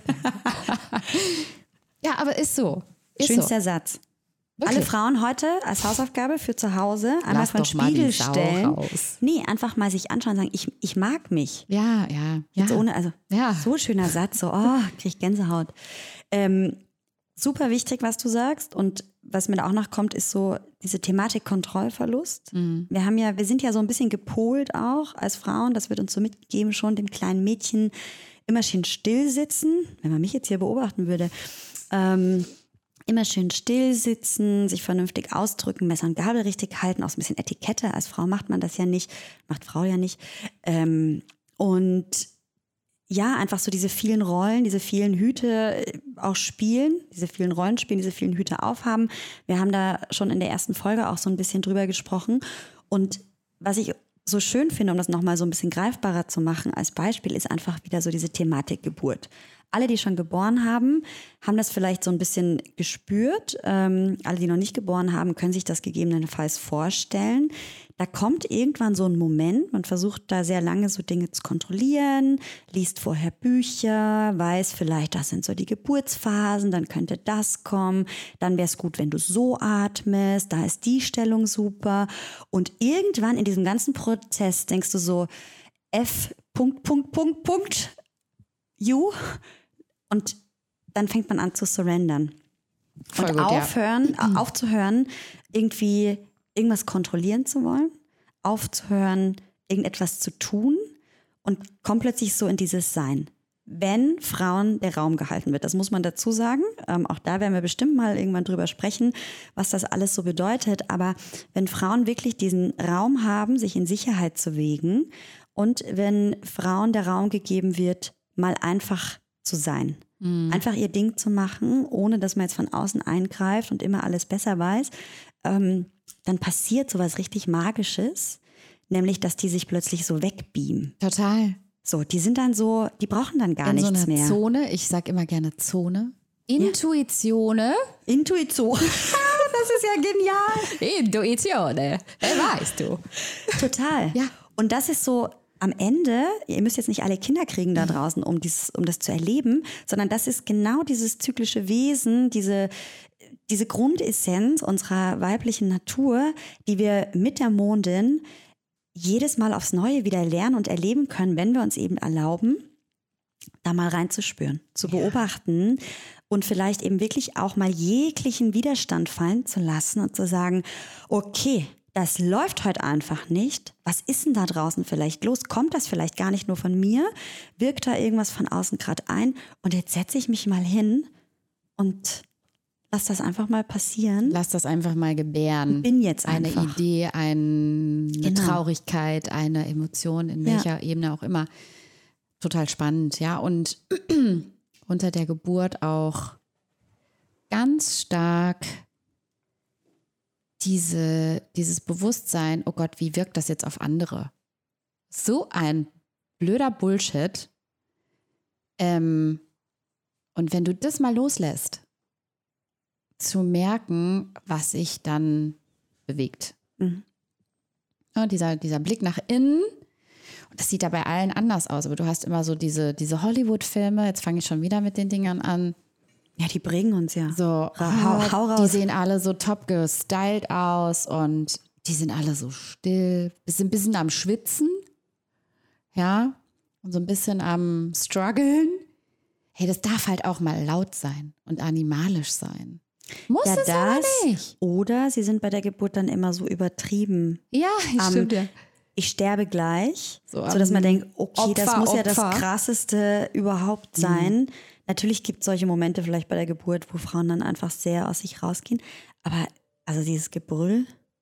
Ja, aber ist so. Schönster Satz. Wirklich? Alle Frauen heute als Hausaufgabe für zu Hause einmal Lass vor den doch mal Spiegel die Sau stellen. raus. Nee, einfach mal sich anschauen und sagen, ich mag mich. Ja. Jetzt ohne, also Ja. so schöner Satz, so, krieg ich Gänsehaut. Super wichtig, was du sagst. Und was mir da auch noch kommt, ist so diese Thematik Kontrollverlust. Wir sind ja so ein bisschen gepolt auch als Frauen. Das wird uns so mitgegeben, schon dem kleinen Mädchen immer schön still sitzen. Wenn man mich jetzt hier beobachten würde, immer schön still sitzen, sich vernünftig ausdrücken, Messer und Gabel richtig halten, auch so ein bisschen Etikette. Als Frau macht man das ja nicht, macht Frau ja nicht. Und ja, einfach so diese vielen Rollen, diese vielen Hüte auch spielen, diese vielen Rollen spielen, diese vielen Hüte aufhaben. Wir haben da schon in der ersten Folge auch so ein bisschen drüber gesprochen. Und was ich so schön finde, um das nochmal so ein bisschen greifbarer zu machen als Beispiel, ist einfach wieder so diese Thematik Geburt. Alle, die schon geboren haben, haben das vielleicht so ein bisschen gespürt. Alle, die noch nicht geboren haben, können sich das gegebenenfalls vorstellen. Da kommt irgendwann so ein Moment, man versucht da sehr lange so Dinge zu kontrollieren, liest vorher Bücher, weiß vielleicht, das sind so die Geburtsphasen, dann könnte das kommen, dann wäre es gut, wenn du so atmest, da ist die Stellung super. Und irgendwann in diesem ganzen Prozess denkst du so, F, you. Und dann fängt man an zu surrendern. Voll Und gut, ja. aufzuhören, irgendwie irgendwas kontrollieren zu wollen, aufzuhören, irgendetwas zu tun und kommt plötzlich so in dieses Sein. Wenn Frauen der Raum gehalten wird, das muss man dazu sagen, auch da werden wir bestimmt mal irgendwann drüber sprechen, was das alles so bedeutet, aber wenn Frauen wirklich diesen Raum haben, sich in Sicherheit zu wägen und wenn Frauen der Raum gegeben wird, mal einfach zu sein, einfach ihr Ding zu machen, ohne dass man jetzt von außen eingreift und immer alles besser weiß, dann passiert sowas richtig Magisches, nämlich, dass die sich plötzlich so wegbeamen. Total. So, die sind dann so, die brauchen dann gar nichts mehr. In so einer Zone, ich sag immer gerne Zone. Intuitione. Intuition. Das ist ja genial. Intuitione. Weißt du. Total. Ja. Und das ist so am Ende, ihr müsst jetzt nicht alle Kinder kriegen da draußen, um das zu erleben, sondern das ist genau dieses zyklische Wesen, diese Grundessenz unserer weiblichen Natur, die wir mit der Mondin jedes Mal aufs Neue wieder lernen und erleben können, wenn wir uns eben erlauben, da mal reinzuspüren, zu beobachten und vielleicht eben wirklich auch mal jeglichen Widerstand fallen zu lassen und zu sagen, okay, das läuft heute einfach nicht. Was ist denn da draußen vielleicht los? Kommt das vielleicht gar nicht nur von mir? Wirkt da irgendwas von außen gerade ein? Und jetzt setze ich mich mal hin und lass das einfach mal passieren. Lass das einfach mal gebären. Ich bin jetzt einfach. Eine Idee, eine Traurigkeit, eine Emotion, in welcher Ebene auch immer. Total spannend, ja. Und unter der Geburt auch ganz stark dieses Bewusstsein, oh Gott, wie wirkt das jetzt auf andere? So ein blöder Bullshit. Und wenn du das mal loslässt, zu merken, was sich dann bewegt. Mhm. Ja, dieser Blick nach innen, und das sieht ja bei allen anders aus, aber du hast immer so diese Hollywood-Filme, jetzt fange ich schon wieder mit den Dingern an. Ja, die bringen uns ja. So, hau raus. Die sehen alle so top gestylt aus und die sind alle so still, ein bisschen am Schwitzen, ja, und so ein bisschen am Struggeln. Hey, das darf halt auch mal laut sein und animalisch sein. Muss ja, es aber nicht. Oder sie sind bei der Geburt dann immer so übertrieben. Ja, stimmt ja. Ich sterbe gleich, so dass man denkt, okay, das muss ja das Krasseste überhaupt sein. Natürlich gibt es solche Momente vielleicht bei der Geburt, wo Frauen dann einfach sehr aus sich rausgehen. Aber also dieses Gebrüll,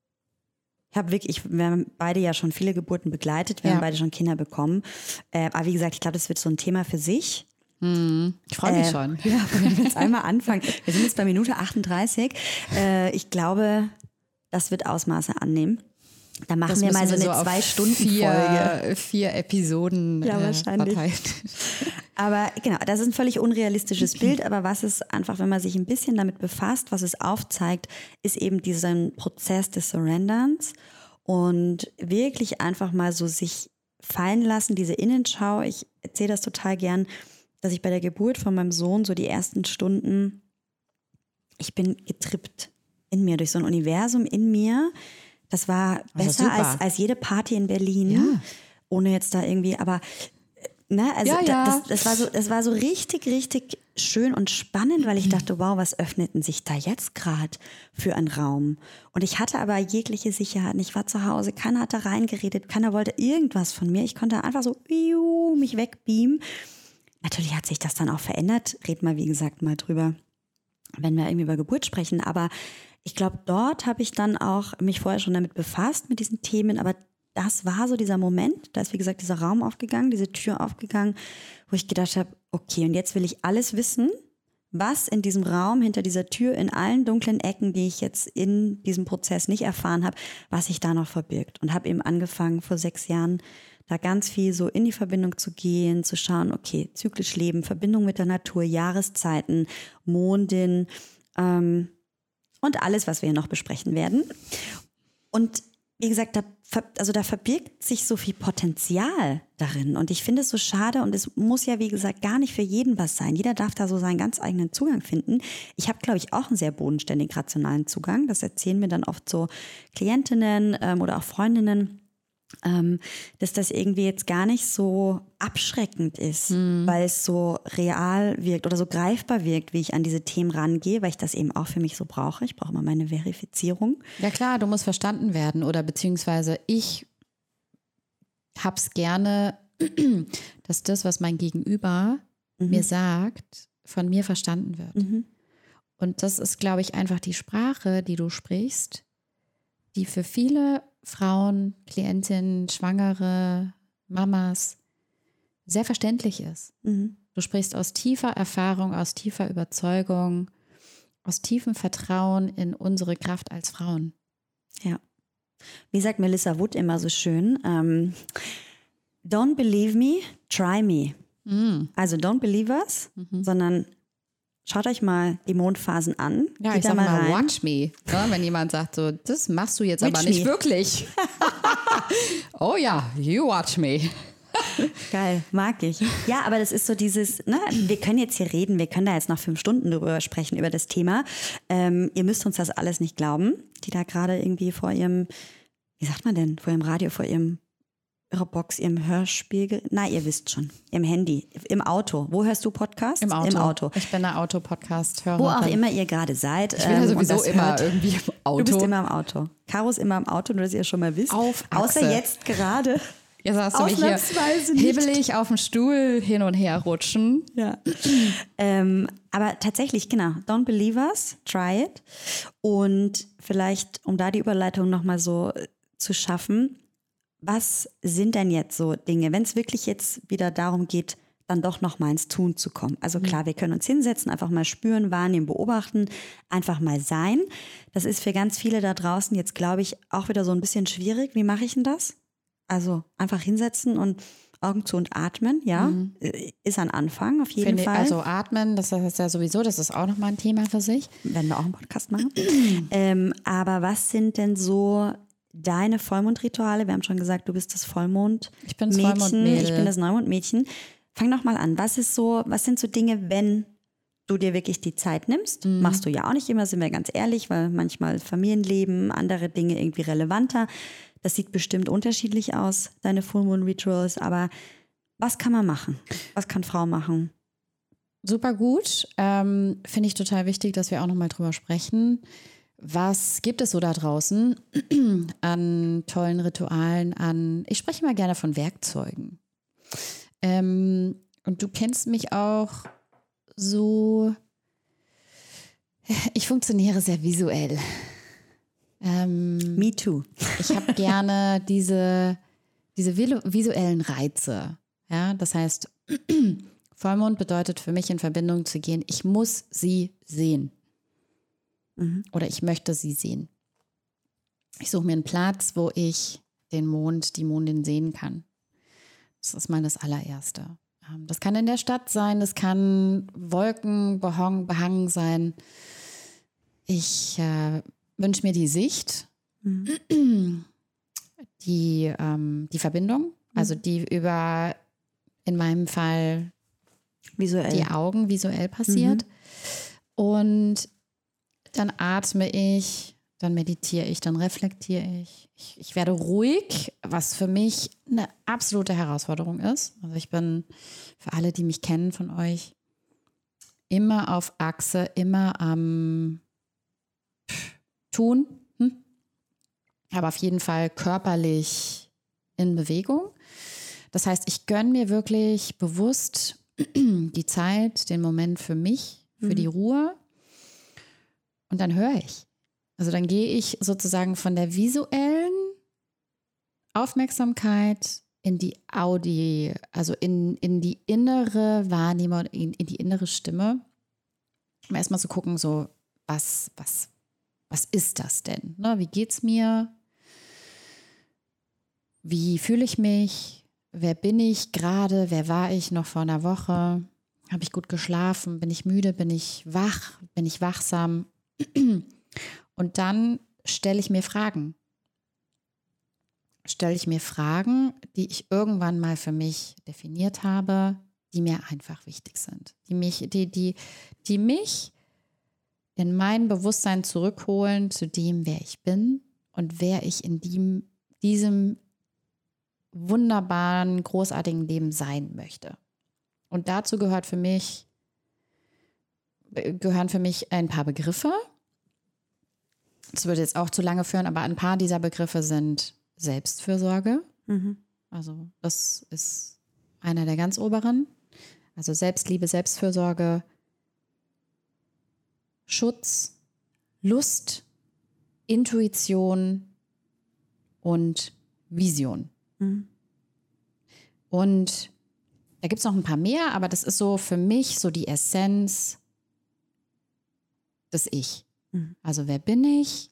wir haben beide ja schon viele Geburten begleitet, wir haben beide schon Kinder bekommen. Aber wie gesagt, ich glaube, das wird so ein Thema für sich. Ich freue mich schon. Ja, wenn wir jetzt einmal anfangen. Wir sind jetzt bei Minute 38. Ich glaube, das wird Ausmaße annehmen. Da machen wir mal so eine 2-Stunden-Folge. 4 Episoden. Ja, wahrscheinlich. Aber genau, das ist ein völlig unrealistisches Bild. Aber was es einfach, wenn man sich ein bisschen damit befasst, was es aufzeigt, ist eben diesen Prozess des Surrenderns und wirklich einfach mal so sich fallen lassen, diese Innenschau. Ich erzähle das total gern, dass ich bei der Geburt von meinem Sohn so die ersten Stunden, ich bin getrippt in mir, durch so ein Universum in mir. Das war besser als jede Party in Berlin, ja. Ohne jetzt da irgendwie, aber also das war so richtig, richtig schön und spannend, weil ich dachte, wow, was öffnet denn sich da jetzt gerade für einen Raum? Und ich hatte aber jegliche Sicherheit. Ich war zu Hause, keiner hat da reingeredet, keiner wollte irgendwas von mir. Ich konnte einfach so mich wegbeamen. Natürlich hat sich das dann auch verändert. Red mal, wie gesagt, mal drüber, wenn wir irgendwie über Geburt sprechen. Aber ich glaube, dort habe ich dann auch mich vorher schon damit befasst, mit diesen Themen. Aber das war so dieser Moment, da ist wie gesagt dieser Raum aufgegangen, diese Tür aufgegangen, wo ich gedacht habe, okay, und jetzt will ich alles wissen, was in diesem Raum, hinter dieser Tür, in allen dunklen Ecken, die ich jetzt in diesem Prozess nicht erfahren habe, was sich da noch verbirgt. Und habe eben angefangen vor 6 Jahren da ganz viel so in die Verbindung zu gehen, zu schauen, okay, zyklisch leben, Verbindung mit der Natur, Jahreszeiten, Mondin und alles, was wir hier noch besprechen werden. Und wie gesagt, da verbirgt sich so viel Potenzial darin. Und ich finde es so schade und es muss ja, wie gesagt, gar nicht für jeden was sein. Jeder darf da so seinen ganz eigenen Zugang finden. Ich habe, glaube ich, auch einen sehr bodenständig rationalen Zugang. Das erzählen mir dann oft so Klientinnen oder auch Freundinnen, dass das irgendwie jetzt gar nicht so abschreckend ist, weil es so real wirkt oder so greifbar wirkt, wie ich an diese Themen rangehe, weil ich das eben auch für mich so brauche. Ich brauche immer meine Verifizierung. Ja klar, du musst verstanden werden oder beziehungsweise ich hab's gerne, dass das, was mein Gegenüber mir sagt, von mir verstanden wird. Und das ist, glaube ich, einfach die Sprache, die du sprichst, die für viele Frauen, Klientinnen, Schwangere, Mamas sehr verständlich ist. Du sprichst aus tiefer Erfahrung, aus tiefer Überzeugung, aus tiefem Vertrauen in unsere Kraft als Frauen. Ja. Wie sagt Melissa Wood immer so schön, don't believe me, try me. Also don't believe us, sondern schaut euch mal die Mondphasen an. Ja, ich sag mal, watch me. Ja, wenn jemand sagt so, das machst du jetzt aber nicht wirklich. Oh ja, you watch me. Geil, mag ich. Ja, aber das ist so dieses, ne, wir können jetzt hier reden, wir können da jetzt noch 5 Stunden drüber sprechen, über das Thema. Ihr müsst uns das alles nicht glauben, die da gerade irgendwie vor ihrem, wie sagt man denn, vor ihrem Radio, vor ihrer Box, ihrem Hörspiel, na, ihr wisst schon, im Handy, im Auto. Wo hörst du Podcasts? Im Auto. Im Auto. Ich bin eine Autopodcast-Hörerin. Wo auch immer ihr gerade seid. Ich bin ja sowieso immer irgendwie im Auto. Du bist immer im Auto. Caro ist immer im Auto, nur dass ihr schon mal wisst. Auf Achse. Außer jetzt gerade. Jetzt hast du mich hier hebelig auf dem Stuhl hin und her rutschen. Ja. Aber tatsächlich, genau, don't believe us, try it. Und vielleicht, um da die Überleitung nochmal so zu schaffen, was sind denn jetzt so Dinge, wenn es wirklich jetzt wieder darum geht, dann doch noch mal ins Tun zu kommen. Also klar, wir können uns hinsetzen, einfach mal spüren, wahrnehmen, beobachten, einfach mal sein. Das ist für ganz viele da draußen jetzt, glaube ich, auch wieder so ein bisschen schwierig. Wie mache ich denn das? Also einfach hinsetzen und Augen zu und atmen, ja, ist ein Anfang auf jeden Fall. Also atmen, das ist ja sowieso, das ist auch nochmal ein Thema für sich. Werden wir auch einen Podcast machen. Aber was sind denn so deine Vollmondrituale? Wir haben schon gesagt, du bist das Vollmondmädchen. Ich bin das Vollmondmädel. Ich bin das Neumondmädchen. Fang doch mal an. Was sind so Dinge, wenn du dir wirklich die Zeit nimmst? Machst du ja auch nicht immer, sind wir ganz ehrlich, weil manchmal Familienleben, andere Dinge irgendwie relevanter. Das sieht bestimmt unterschiedlich aus, deine Full-Moon-Rituals. Aber was kann man machen? Was kann Frau machen? Super gut. Finde ich total wichtig, dass wir auch nochmal drüber sprechen. Was gibt es so da draußen an tollen Ritualen, ich spreche mal gerne von Werkzeugen. Und du kennst mich auch so, ich funktioniere sehr visuell. Me too. Ich habe gerne diese visuellen Reize. Ja, das heißt, Vollmond bedeutet für mich in Verbindung zu gehen, ich muss sie sehen. Oder ich möchte sie sehen. Ich suche mir einen Platz, wo ich den Mond, die Mondin sehen kann. Das ist mal das allererste. Das kann in der Stadt sein, das kann Wolken behangen sein. Ich wünsche mir die Sicht, die Verbindung, also die über, in meinem Fall, visuell. Die Augen visuell passiert. Und dann atme ich, dann meditiere ich, dann reflektiere ich. Ich werde ruhig, was für mich eine absolute Herausforderung ist. Also ich bin, für alle, die mich kennen von euch, immer auf Achse, immer am Tun. Aber auf jeden Fall körperlich in Bewegung. Das heißt, ich gönne mir wirklich bewusst die Zeit, den Moment für mich, für die Ruhe. Und dann höre ich. Also dann gehe ich sozusagen von der visuellen Aufmerksamkeit in die also in die innere Wahrnehmung, in die innere Stimme. Um erstmal zu gucken, so, was ist das denn? Ne? Wie geht's mir? Wie fühle ich mich? wer bin ich gerade, wer war ich noch vor einer Woche, habe ich gut geschlafen, bin ich müde, bin ich wach, bin ich wachsam? Und dann stelle ich mir Fragen. Stelle ich mir Fragen, die ich irgendwann mal für mich definiert habe, die mir einfach wichtig sind, die mich in mein Bewusstsein zurückholen zu dem, wer ich bin und wer ich in diesem wunderbaren, großartigen Leben sein möchte. Und dazu gehören für mich ein paar Begriffe. Das würde jetzt auch zu lange führen, aber ein paar dieser Begriffe sind Selbstfürsorge. Also das ist einer der ganz oberen. Also Selbstliebe, Selbstfürsorge, Schutz, Lust, Intuition und Vision. Und da gibt es noch ein paar mehr, aber das ist so für mich so die Essenz des Ich. Also wer bin ich?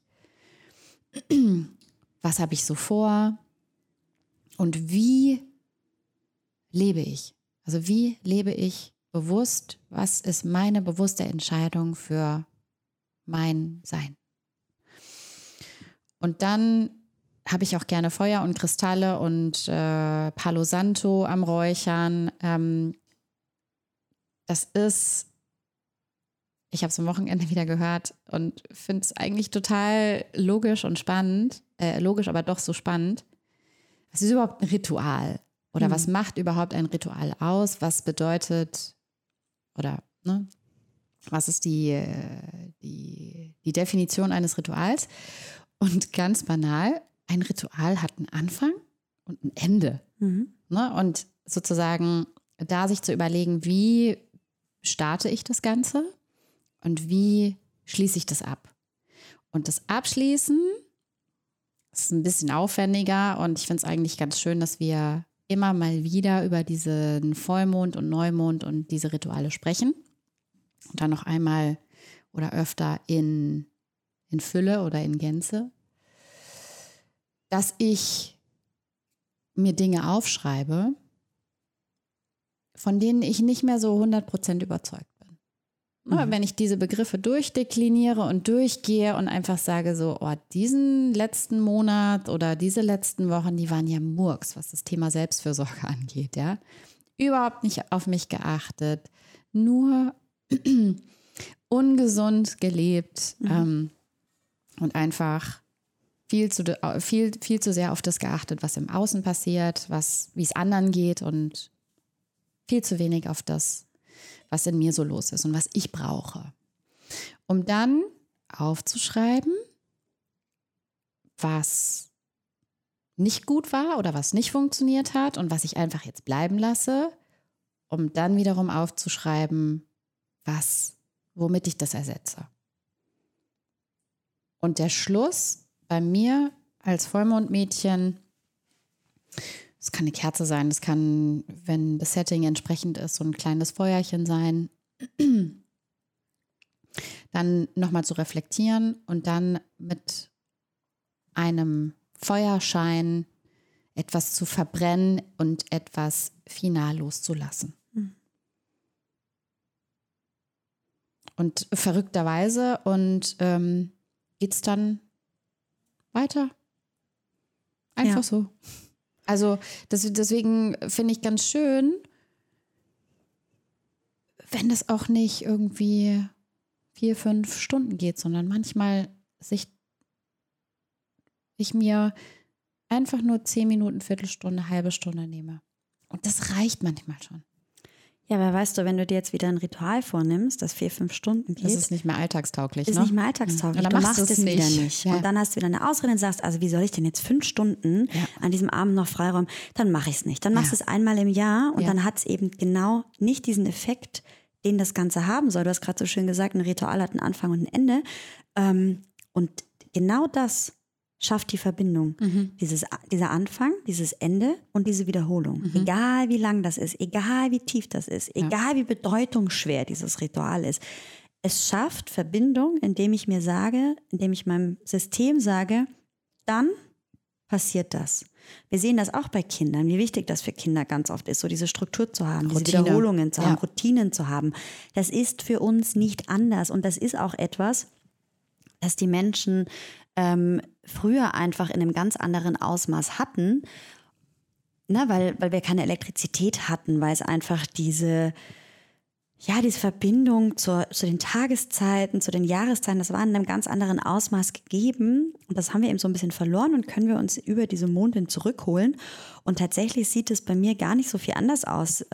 Was habe ich so vor? Und wie lebe ich? Also wie lebe ich bewusst? Was ist meine bewusste Entscheidung für mein Sein? Und dann habe ich auch gerne Feuer und Kristalle und Palo Santo am Räuchern. Das ist, ich habe es am Wochenende wieder gehört und finde es eigentlich total logisch und spannend. Logisch, aber doch so spannend. Was ist überhaupt ein Ritual? Oder was macht überhaupt ein Ritual aus? Was bedeutet, oder was ist die Definition eines Rituals? Und ganz banal, ein Ritual hat einen Anfang und ein Ende. Und sozusagen da sich zu überlegen, wie starte ich das Ganze und wie schließe ich das ab? Und das Abschließen ist ein bisschen aufwendiger und ich finde es eigentlich ganz schön, dass wir immer mal wieder über diesen Vollmond und Neumond und diese Rituale sprechen. Und dann noch einmal oder öfter in Fülle oder in Gänze. Dass ich mir Dinge aufschreibe, von denen ich nicht mehr so 100% überzeugt bin. Wenn ich diese Begriffe durchdekliniere und durchgehe und einfach sage so, diesen letzten Monat oder diese letzten Wochen, die waren ja Murks, was das Thema Selbstfürsorge angeht, ja. Überhaupt nicht auf mich geachtet, nur ungesund gelebt und einfach viel zu sehr auf das geachtet, was im Außen passiert, wie es anderen geht und viel zu wenig auf das, was in mir so los ist und was ich brauche. Um dann aufzuschreiben, was nicht gut war oder was nicht funktioniert hat und was ich einfach jetzt bleiben lasse, um dann wiederum aufzuschreiben, womit ich das ersetze. Und der Schluss bei mir als Vollmondmädchen, es kann eine Kerze sein, das kann, wenn das Setting entsprechend ist, so ein kleines Feuerchen sein. Dann nochmal zu reflektieren und dann mit einem Feuerschein etwas zu verbrennen und etwas final loszulassen. Und verrückterweise geht es dann weiter. Einfach so. Also deswegen finde ich ganz schön, wenn das auch nicht irgendwie 4-5 Stunden geht, sondern manchmal ich mir einfach nur 10 Minuten, Viertelstunde, halbe Stunde nehme. Und das reicht manchmal schon. Ja, aber weißt du, wenn du dir jetzt wieder ein Ritual vornimmst, das 4-5 Stunden geht. Das ist nicht mehr alltagstauglich, ist ne? nicht mehr alltagstauglich. Du machst es wieder nicht. Ja. Und dann hast du wieder eine Ausrede und sagst, also wie soll ich denn jetzt 5 Stunden an diesem Abend noch freiräumen? Dann mache ich es nicht. Dann machst du es einmal im Jahr und dann hat es eben genau nicht diesen Effekt, den das Ganze haben soll. Du hast gerade so schön gesagt, ein Ritual hat einen Anfang und ein Ende. Und genau das schafft die Verbindung. Dieser Anfang, dieses Ende und diese Wiederholung. Egal wie lang das ist, egal wie tief das ist, egal wie bedeutungsschwer dieses Ritual ist. Es schafft Verbindung, indem ich meinem System sage, dann passiert das. Wir sehen das auch bei Kindern, wie wichtig das für Kinder ganz oft ist, so diese Struktur zu haben, diese Routine. Wiederholungen zu haben, Ja. Routinen zu haben. Das ist für uns nicht anders und das ist auch etwas, das die Menschen früher einfach in einem ganz anderen Ausmaß hatten, ne, weil wir keine Elektrizität hatten, weil es einfach diese Verbindung zu den Tageszeiten, zu den Jahreszeiten, das war in einem ganz anderen Ausmaß gegeben. Und das haben wir eben so ein bisschen verloren und können wir uns über diese Mondin zurückholen. Und tatsächlich sieht es bei mir gar nicht so viel anders aus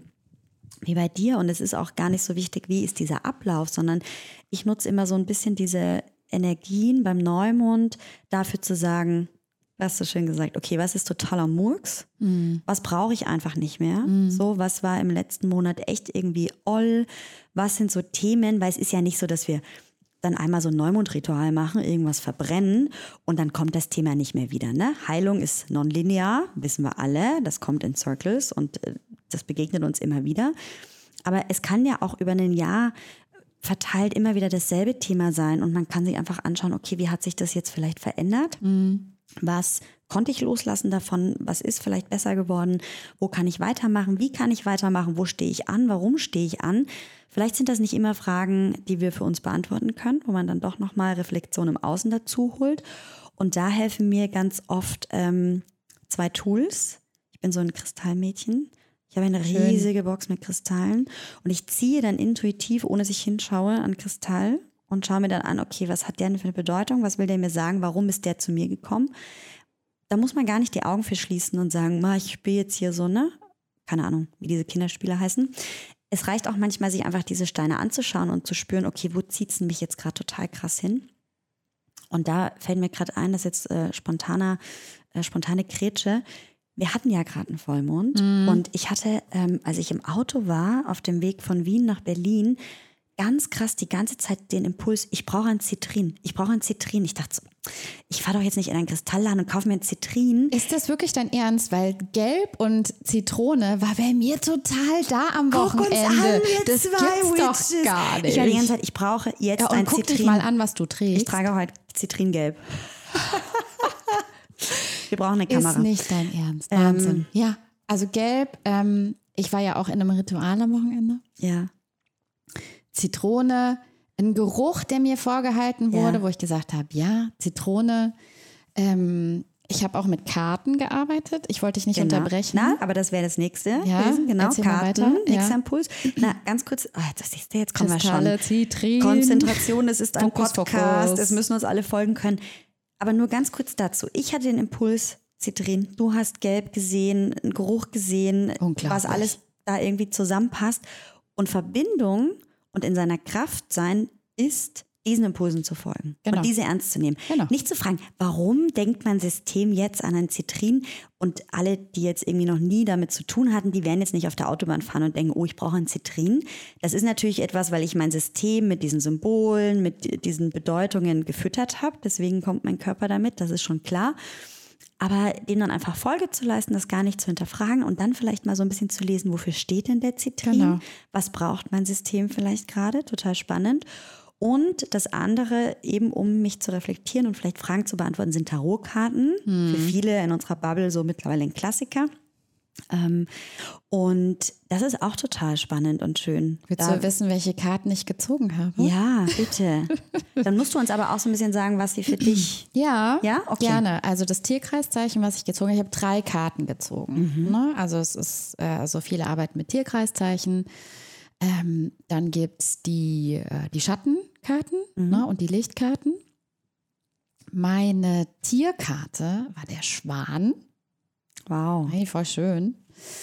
wie bei dir. Und es ist auch gar nicht so wichtig, wie ist dieser Ablauf, sondern ich nutze immer so ein bisschen diese Energien beim Neumond dafür zu sagen, hast du schön gesagt, okay, was ist totaler Murks? Was brauche ich einfach nicht mehr? So, was war im letzten Monat echt irgendwie Was sind so Themen? Weil es ist ja nicht so, dass wir dann einmal so ein Neumondritual machen, irgendwas verbrennen und dann kommt das Thema nicht mehr wieder. Ne? Heilung ist nonlinear, wissen wir alle. Das kommt in Circles und das begegnet uns immer wieder. Aber es kann ja auch über ein Jahr verteilt immer wieder dasselbe Thema sein und man kann sich einfach anschauen, okay, wie hat sich das jetzt vielleicht verändert? Was konnte ich loslassen davon? Was ist vielleicht besser geworden? Wo kann ich weitermachen? Wie kann ich weitermachen? Wo stehe ich an? Warum stehe ich an? Vielleicht sind das nicht immer Fragen, die wir für uns beantworten können, wo man dann doch nochmal Reflexion im Außen dazu holt. Und da helfen mir ganz oft 2 Tools. Ich bin so ein Kristallmädchen. Ich habe eine riesige Box mit Kristallen und ich ziehe dann intuitiv, ohne dass ich hinschaue, an Kristall und schaue mir dann an, okay, was hat der denn für eine Bedeutung? Was will der mir sagen? Warum ist der zu mir gekommen? Da muss man gar nicht die Augen für schließen und sagen, ich spiele jetzt hier so, ne? Keine Ahnung, wie diese Kinderspiele heißen. Es reicht auch manchmal, sich einfach diese Steine anzuschauen und zu spüren, okay, wo zieht es mich jetzt gerade total krass hin? Und da fällt mir gerade ein, dass jetzt spontane Grätsche. Wir hatten ja gerade einen Vollmond und ich hatte, als ich im Auto war, auf dem Weg von Wien nach Berlin, ganz krass die ganze Zeit den Impuls, ich brauche ein Zitrin. Ich dachte so, ich fahre doch jetzt nicht in einen Kristallladen und kaufe mir ein Zitrin. Ist das wirklich dein Ernst? Weil Gelb und Zitrone war bei mir total da am Wochenende. Guck uns an, wir das 2 gibt's Witches. doch gar nicht. Ich war die ganze Zeit, ich brauche jetzt ein guck Zitrin. dich mal an, was du trägst. Ich trage heute Zitringelb. Wir brauchen eine Kamera. Ist nicht dein Ernst. Wahnsinn. Ja, also Gelb, ich war ja auch in einem Ritual am Wochenende. Ja. Zitrone, ein Geruch, der mir vorgehalten wurde, wo ich gesagt habe, ja, Zitrone. Ich habe auch mit Karten gearbeitet. Ich wollte dich nicht unterbrechen. Na, aber das wäre das nächste. Ja, gewesen. Genau, erzähl mal Karten, weiter. nächster Ja. Impuls. Na, ganz kurz, das siehst du, jetzt kommen Kristalle, wir schon. Zitrin. Konzentration, es ist ein Fokus, Podcast, Fokus. es müssen uns alle folgen können. Aber nur ganz kurz dazu. Ich hatte den Impuls, Zitrin, du hast Gelb gesehen, einen Geruch gesehen, Unglaublich. was alles da irgendwie zusammenpasst. Und Verbindung und in seiner Kraft sein ist, diesen Impulsen zu folgen und diese ernst zu nehmen. Genau. Nicht zu fragen, warum denkt mein System jetzt an ein Zitrin? Und alle, die jetzt irgendwie noch nie damit zu tun hatten, die werden jetzt nicht auf der Autobahn fahren und denken, oh, ich brauche ein Zitrin. Das ist natürlich etwas, weil ich mein System mit diesen Symbolen, mit diesen Bedeutungen gefüttert habe. Deswegen kommt mein Körper damit, das ist schon klar. Aber dem dann einfach Folge zu leisten, das gar nicht zu hinterfragen und dann vielleicht mal so ein bisschen zu lesen, wofür steht denn der Zitrin? Genau. Was braucht mein System vielleicht gerade? Total spannend. Und das andere, eben um mich zu reflektieren und vielleicht Fragen zu beantworten, sind Tarotkarten. Für viele in unserer Bubble so mittlerweile ein Klassiker. Und das ist auch total spannend und schön. Willst du wissen, welche Karten ich gezogen habe? Ja, bitte. Dann musst du uns aber auch so ein bisschen sagen, was sie für dich... Ja, Okay. Gerne. Also das Tierkreiszeichen, was ich gezogen habe, ich habe 3 Karten gezogen. Ne? Also es ist so viele arbeiten mit Tierkreiszeichen. Dann gibt es die Schattenkarten und die Lichtkarten. Meine Tierkarte war der Schwan. Wow. Hey, voll schön.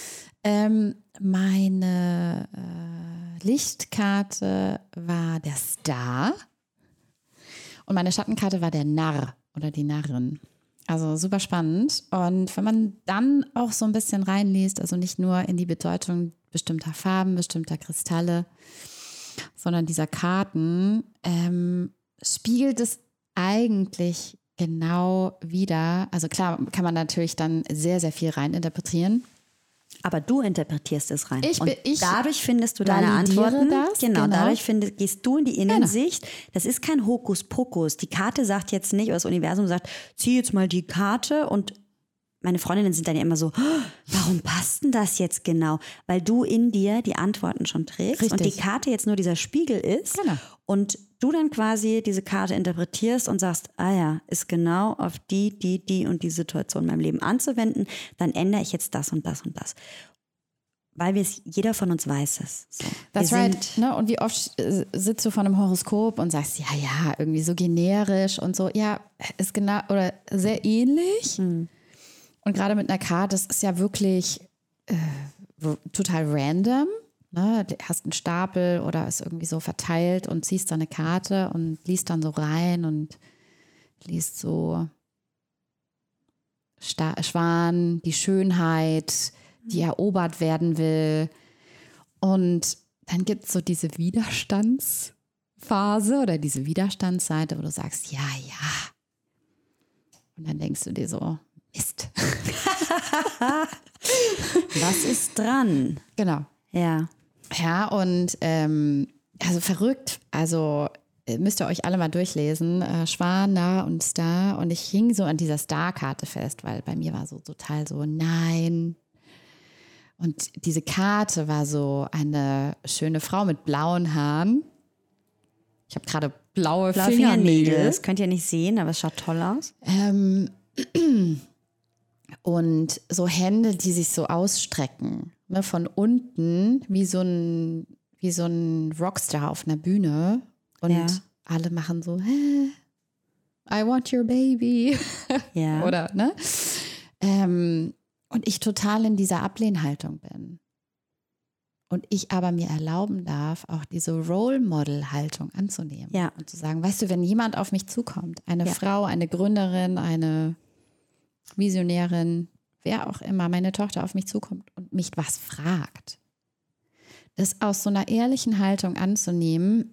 Meine Lichtkarte war der Star. Und meine Schattenkarte war der Narr oder die Narrin. Also super spannend. Und wenn man dann auch so ein bisschen reinliest, also nicht nur in die Bedeutung bestimmter Farben, bestimmter Kristalle, sondern dieser Karten, spiegelt es eigentlich genau wieder. Also klar, kann man natürlich dann sehr, sehr viel reininterpretieren. Aber du interpretierst es rein. Ich dadurch findest du deine validiere Antworten. das, Genau, genau. dadurch gehst du in die Innensicht. Das ist kein Hokuspokus. Die Karte sagt jetzt nicht, oder das Universum sagt, zieh jetzt mal die Karte und meine Freundinnen sind dann ja immer so, warum passt denn das jetzt genau? Weil du in dir die Antworten schon trägst. Richtig. Und die Karte jetzt nur dieser Spiegel ist. Genau. Und du dann quasi diese Karte interpretierst und sagst, ist genau auf die und die Situation in meinem Leben anzuwenden, dann ändere ich jetzt das und das und das. Weil jeder von uns weiß es. So. That's right. Ne? Und wie oft sitzt du vor einem Horoskop und sagst, ja, irgendwie so generisch und so. Ja, ist genau oder sehr ähnlich. Und gerade mit einer Karte, das ist ja wirklich total random. Ne? Du hast einen Stapel oder ist irgendwie so verteilt und ziehst dann eine Karte und liest dann so rein und liest so Schwan, die Schönheit, die erobert werden will. Und dann gibt es so diese Widerstandsphase oder diese Widerstandsseite, wo du sagst, ja. Und dann denkst du dir so, Mist. Was ist dran? Genau. Ja. Ja, und also verrückt, also müsst ihr euch alle mal durchlesen, Schwan, Nah und Star. Und ich hing so an dieser Star-Karte fest, weil bei mir war so total so, nein. Und diese Karte war so eine schöne Frau mit blauen Haaren. Ich habe gerade blaue Fingernägel. Das könnt ihr nicht sehen, aber es schaut toll aus. Und so Hände, die sich so ausstrecken. Ne, von unten, wie so ein Rockstar auf einer Bühne. Und alle machen so, I want your baby. Ja. Oder, ne? Und ich total in dieser Ablehnhaltung bin. Und ich aber mir erlauben darf, auch diese Role-Model-Haltung anzunehmen. Ja. Und zu sagen, weißt du, wenn jemand auf mich zukommt, eine Frau, eine Gründerin, eine Visionärin, wer auch immer, meine Tochter auf mich zukommt und mich was fragt, das aus so einer ehrlichen Haltung anzunehmen,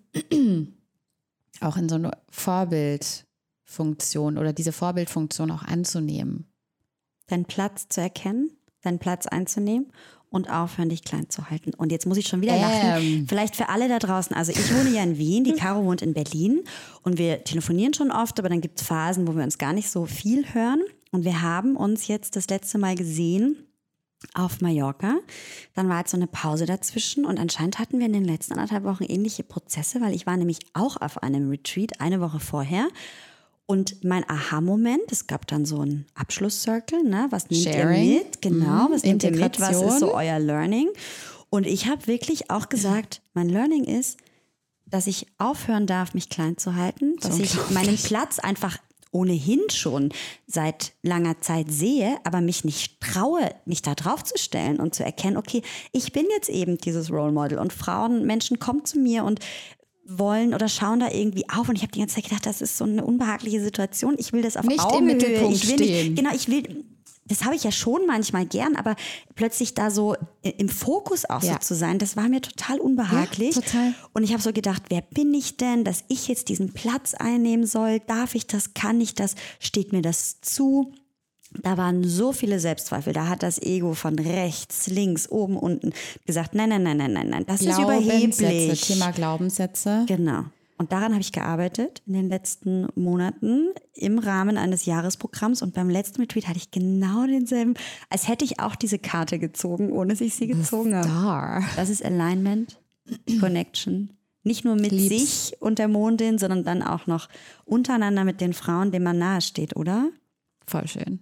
auch in so eine Vorbildfunktion oder diese Vorbildfunktion auch anzunehmen. Deinen Platz zu erkennen, deinen Platz einzunehmen und aufhören, dich klein zu halten. Und jetzt muss ich schon wieder lachen. Vielleicht für alle da draußen. Also ich wohne ja in Wien, die Caro wohnt in Berlin und wir telefonieren schon oft, aber dann gibt es Phasen, wo wir uns gar nicht so viel hören. Und wir haben uns jetzt das letzte Mal gesehen auf Mallorca. Dann war jetzt so eine Pause dazwischen und anscheinend hatten wir in den letzten 1,5 Wochen ähnliche Prozesse, weil ich war nämlich auch auf einem Retreat eine Woche vorher. Und mein Aha-Moment, es gab dann so einen Abschlusscircle, ne? Was nehmt Sharing. ihr mit? Genau, was nehmt ihr mit? Was Integration. ist so euer Learning? Und ich habe wirklich auch gesagt, mein Learning ist, dass ich aufhören darf, mich klein zu halten, dass ich meinen Platz einfach ohnehin schon seit langer Zeit sehe, aber mich nicht traue, mich da drauf zu stellen und zu erkennen, okay, ich bin jetzt eben dieses Role Model und Menschen kommen zu mir und wollen oder schauen da irgendwie auf und ich habe die ganze Zeit gedacht, das ist so eine unbehagliche Situation. Ich will das auf nicht Augenhöhe. im Mittelpunkt Ich will stehen. Das habe ich ja schon manchmal gern, aber plötzlich da so im Fokus auch so zu sein, das war mir total unbehaglich. Ja, total. Und ich habe so gedacht, wer bin ich denn, dass ich jetzt diesen Platz einnehmen soll? Darf ich das? Kann ich das? Steht mir das zu? Da waren so viele Selbstzweifel. Da hat das Ego von rechts, links, oben, unten gesagt, nein, das ist überheblich. Thema Glaubenssätze. Genau. Und daran habe ich gearbeitet in den letzten Monaten im Rahmen eines Jahresprogramms. Und beim letzten Retreat hatte ich genau denselben, als hätte ich auch diese Karte gezogen, ohne dass ich sie gezogen habe. Das ist Alignment, Connection. Nicht nur mit sich und der Mondin, sondern dann auch noch untereinander mit den Frauen, denen man nahe steht, oder? Voll schön.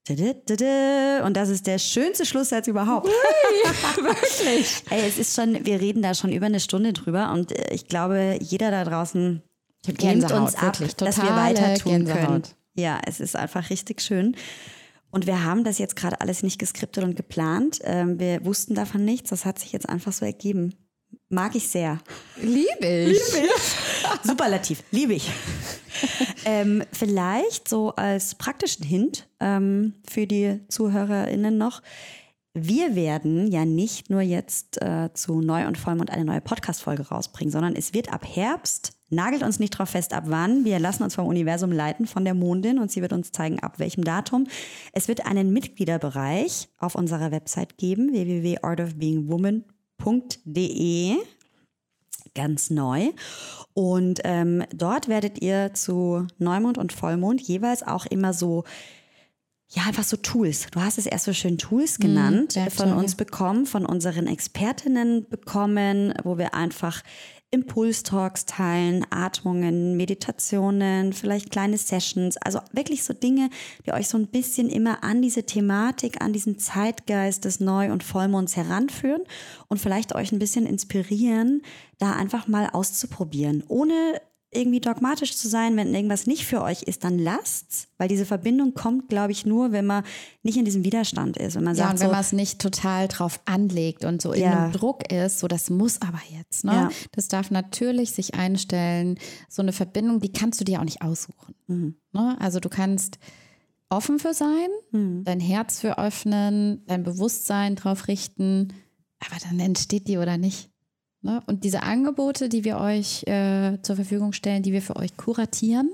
Und das ist der schönste Schlusssatz überhaupt. Wirklich. Ey, es ist schon, wir reden da schon über eine Stunde drüber und ich glaube, jeder da draußen nimmt uns ab, dass wir weiter tun können. Ja, es ist einfach richtig schön. Und wir haben das jetzt gerade alles nicht geskriptet und geplant. Wir wussten davon nichts. Das hat sich jetzt einfach so ergeben. Mag ich sehr. Liebe ich. Superlativ, liebe ich. Vielleicht so als praktischen Hint für die ZuhörerInnen noch. Wir werden ja nicht nur jetzt zu Neu und Vollmond eine neue Podcast-Folge rausbringen, sondern es wird ab Herbst, nagelt uns nicht drauf fest, ab wann. Wir lassen uns vom Universum leiten, von der Mondin und sie wird uns zeigen, ab welchem Datum. Es wird einen Mitgliederbereich auf unserer Website geben, www.artofbeingwoman.de. Ganz neu. Und dort werdet ihr zu Neumond und Vollmond jeweils auch immer so ja, einfach so Tools. Du hast es erst so schön Tools genannt, von uns bekommen, von unseren Expertinnen bekommen, wo wir einfach Impulstalks teilen, Atmungen, Meditationen, vielleicht kleine Sessions, also wirklich so Dinge, die euch so ein bisschen immer an diese Thematik, an diesen Zeitgeist des Neu- und Vollmonds heranführen und vielleicht euch ein bisschen inspirieren, da einfach mal auszuprobieren, ohne irgendwie dogmatisch zu sein. Wenn irgendwas nicht für euch ist, dann lasst's, weil diese Verbindung kommt, glaube ich, nur, wenn man nicht in diesem Widerstand ist. Wenn man sagt, und wenn man es nicht total drauf anlegt und so in einem Druck ist, so das muss aber jetzt. Ne? Ja. Das darf natürlich sich einstellen. So eine Verbindung, die kannst du dir auch nicht aussuchen. Ne? Also du kannst offen für sein, dein Herz für öffnen, dein Bewusstsein drauf richten, aber dann entsteht die oder nicht. Ne? Und diese Angebote, die wir euch zur Verfügung stellen, die wir für euch kuratieren,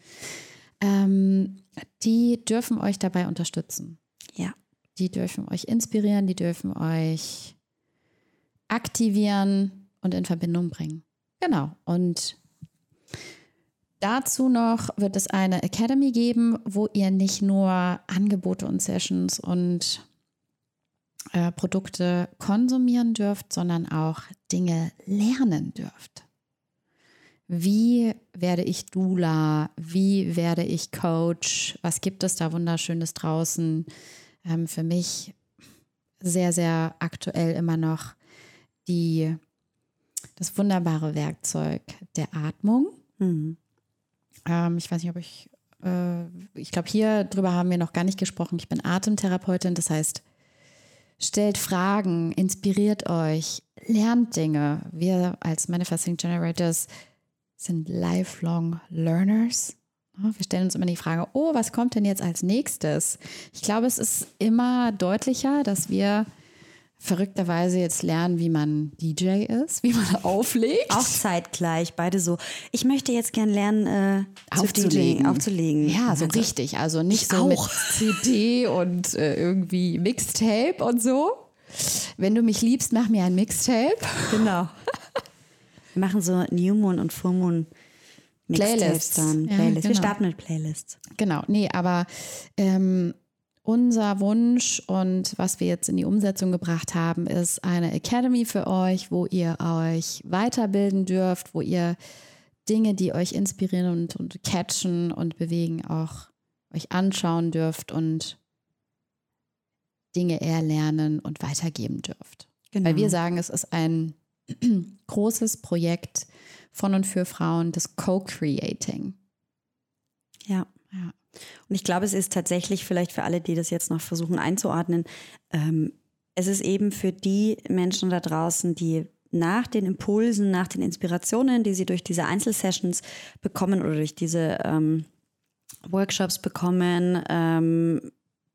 die dürfen euch dabei unterstützen. Ja. Die dürfen euch inspirieren, die dürfen euch aktivieren und in Verbindung bringen. Genau. Und dazu noch wird es eine Academy geben, wo ihr nicht nur Angebote und Sessions und Produkte konsumieren dürft, sondern auch Dinge lernen dürft. Wie werde ich Doula? Wie werde ich Coach? Was gibt es da Wunderschönes draußen? Für mich sehr, sehr aktuell immer noch das wunderbare Werkzeug der Atmung. Ich weiß nicht, ob ich glaube, hier drüber haben wir noch gar nicht gesprochen. Ich bin Atemtherapeutin, das heißt, stellt Fragen, inspiriert euch, lernt Dinge. Wir als Manifesting Generators sind lifelong learners. Wir stellen uns immer die Frage, was kommt denn jetzt als nächstes? Ich glaube, es ist immer deutlicher, dass wir verrückterweise jetzt lernen, wie man DJ ist, wie man auflegt. Auch zeitgleich, beide so. Ich möchte jetzt gern lernen, aufzulegen. Ja, so richtig. Also nicht so mit CD und irgendwie Mixtape und so. Wenn du mich liebst, mach mir ein Mixtape. Genau. Wir machen so New Moon und Full Moon Mixtapes dann. Ja, Playlists. genau. Wir starten mit Playlists. Genau, nee, aber unser Wunsch und was wir jetzt in die Umsetzung gebracht haben, ist eine Academy für euch, wo ihr euch weiterbilden dürft, wo ihr Dinge, die euch inspirieren und catchen und bewegen, auch euch anschauen dürft und Dinge erlernen und weitergeben dürft. Genau. Weil wir sagen, es ist ein großes Projekt von und für Frauen, das Co-Creating. Ja. Ja. Und ich glaube, es ist tatsächlich vielleicht für alle, die das jetzt noch versuchen einzuordnen, es ist eben für die Menschen da draußen, die nach den Impulsen, nach den Inspirationen, die sie durch diese Einzelsessions bekommen oder durch diese Workshops bekommen,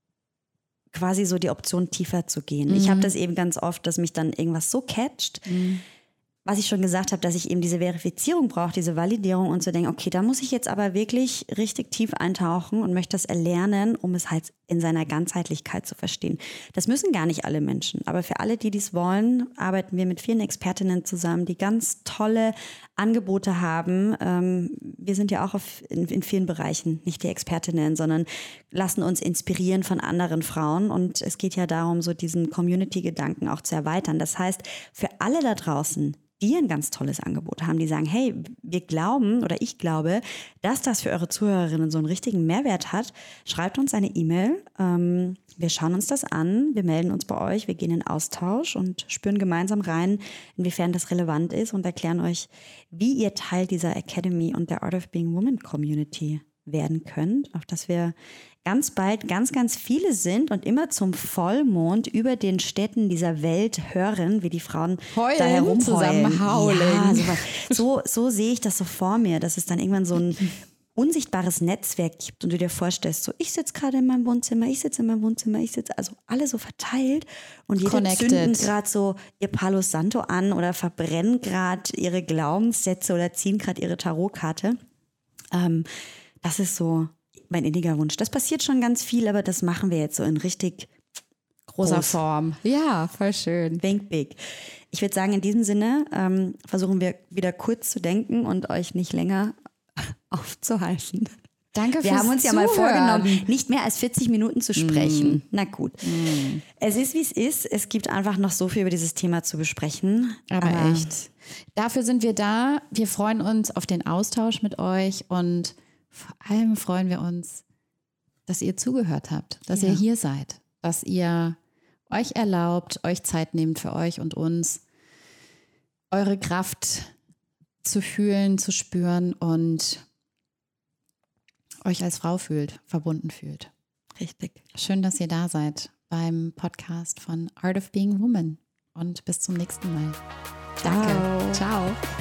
quasi so die Option, tiefer zu gehen. Ich habe das eben ganz oft, dass mich dann irgendwas so catcht, was ich schon gesagt habe, dass ich eben diese Verifizierung brauche, diese Validierung und zu denken, okay, da muss ich jetzt aber wirklich richtig tief eintauchen und möchte das erlernen, um es halt in seiner Ganzheitlichkeit zu verstehen. Das müssen gar nicht alle Menschen, aber für alle, die dies wollen, arbeiten wir mit vielen Expertinnen zusammen, die ganz tolle Angebote haben. Wir sind ja auch in vielen Bereichen nicht die Expertinnen, sondern lassen uns inspirieren von anderen Frauen und es geht ja darum, so diesen Community-Gedanken auch zu erweitern. Das heißt, für alle da draußen, die ein ganz tolles Angebot haben, die sagen, hey, wir glauben oder ich glaube, dass das für eure Zuhörerinnen so einen richtigen Mehrwert hat, schreibt uns eine E-Mail, wir schauen uns das an, wir melden uns bei euch, wir gehen in Austausch und spüren gemeinsam rein, inwiefern das relevant ist und erklären euch, wie ihr Teil dieser Academy und der Art of Being Woman Community werden könnt, auf dass wir ganz bald ganz, ganz viele sind und immer zum Vollmond über den Städten dieser Welt hören, wie die Frauen da herumheulen. Zusammenhaulen. Ja, so sehe ich das so vor mir, dass es dann irgendwann so ein unsichtbares Netzwerk gibt und du dir vorstellst, so ich sitze gerade in meinem Wohnzimmer, ich sitze in meinem Wohnzimmer, also alle so verteilt und jede zünden gerade so ihr Palo Santo an oder verbrennen gerade ihre Glaubenssätze oder ziehen gerade ihre Tarotkarte. Das ist so mein inniger Wunsch. Das passiert schon ganz viel, aber das machen wir jetzt so in richtig großer Form. Ja, voll schön. Think big. Ich würde sagen, in diesem Sinne versuchen wir wieder kurz zu denken und euch nicht länger aufzuhalten. Danke Wir fürs haben uns ja mal Zuhören. vorgenommen, nicht mehr als 40 Minuten zu sprechen. Na gut. Es ist, wie es ist. Es gibt einfach noch so viel über dieses Thema zu besprechen. Aber echt. Dafür sind wir da. Wir freuen uns auf den Austausch mit euch und vor allem freuen wir uns, dass ihr zugehört habt, dass ihr hier seid, dass ihr euch erlaubt, euch Zeit nehmt für euch und uns, eure Kraft zu fühlen, zu spüren und euch als Frau fühlt, verbunden fühlt. Richtig. Schön, dass ihr da seid beim Podcast von Art of Being Woman und bis zum nächsten Mal. Danke. Ciao.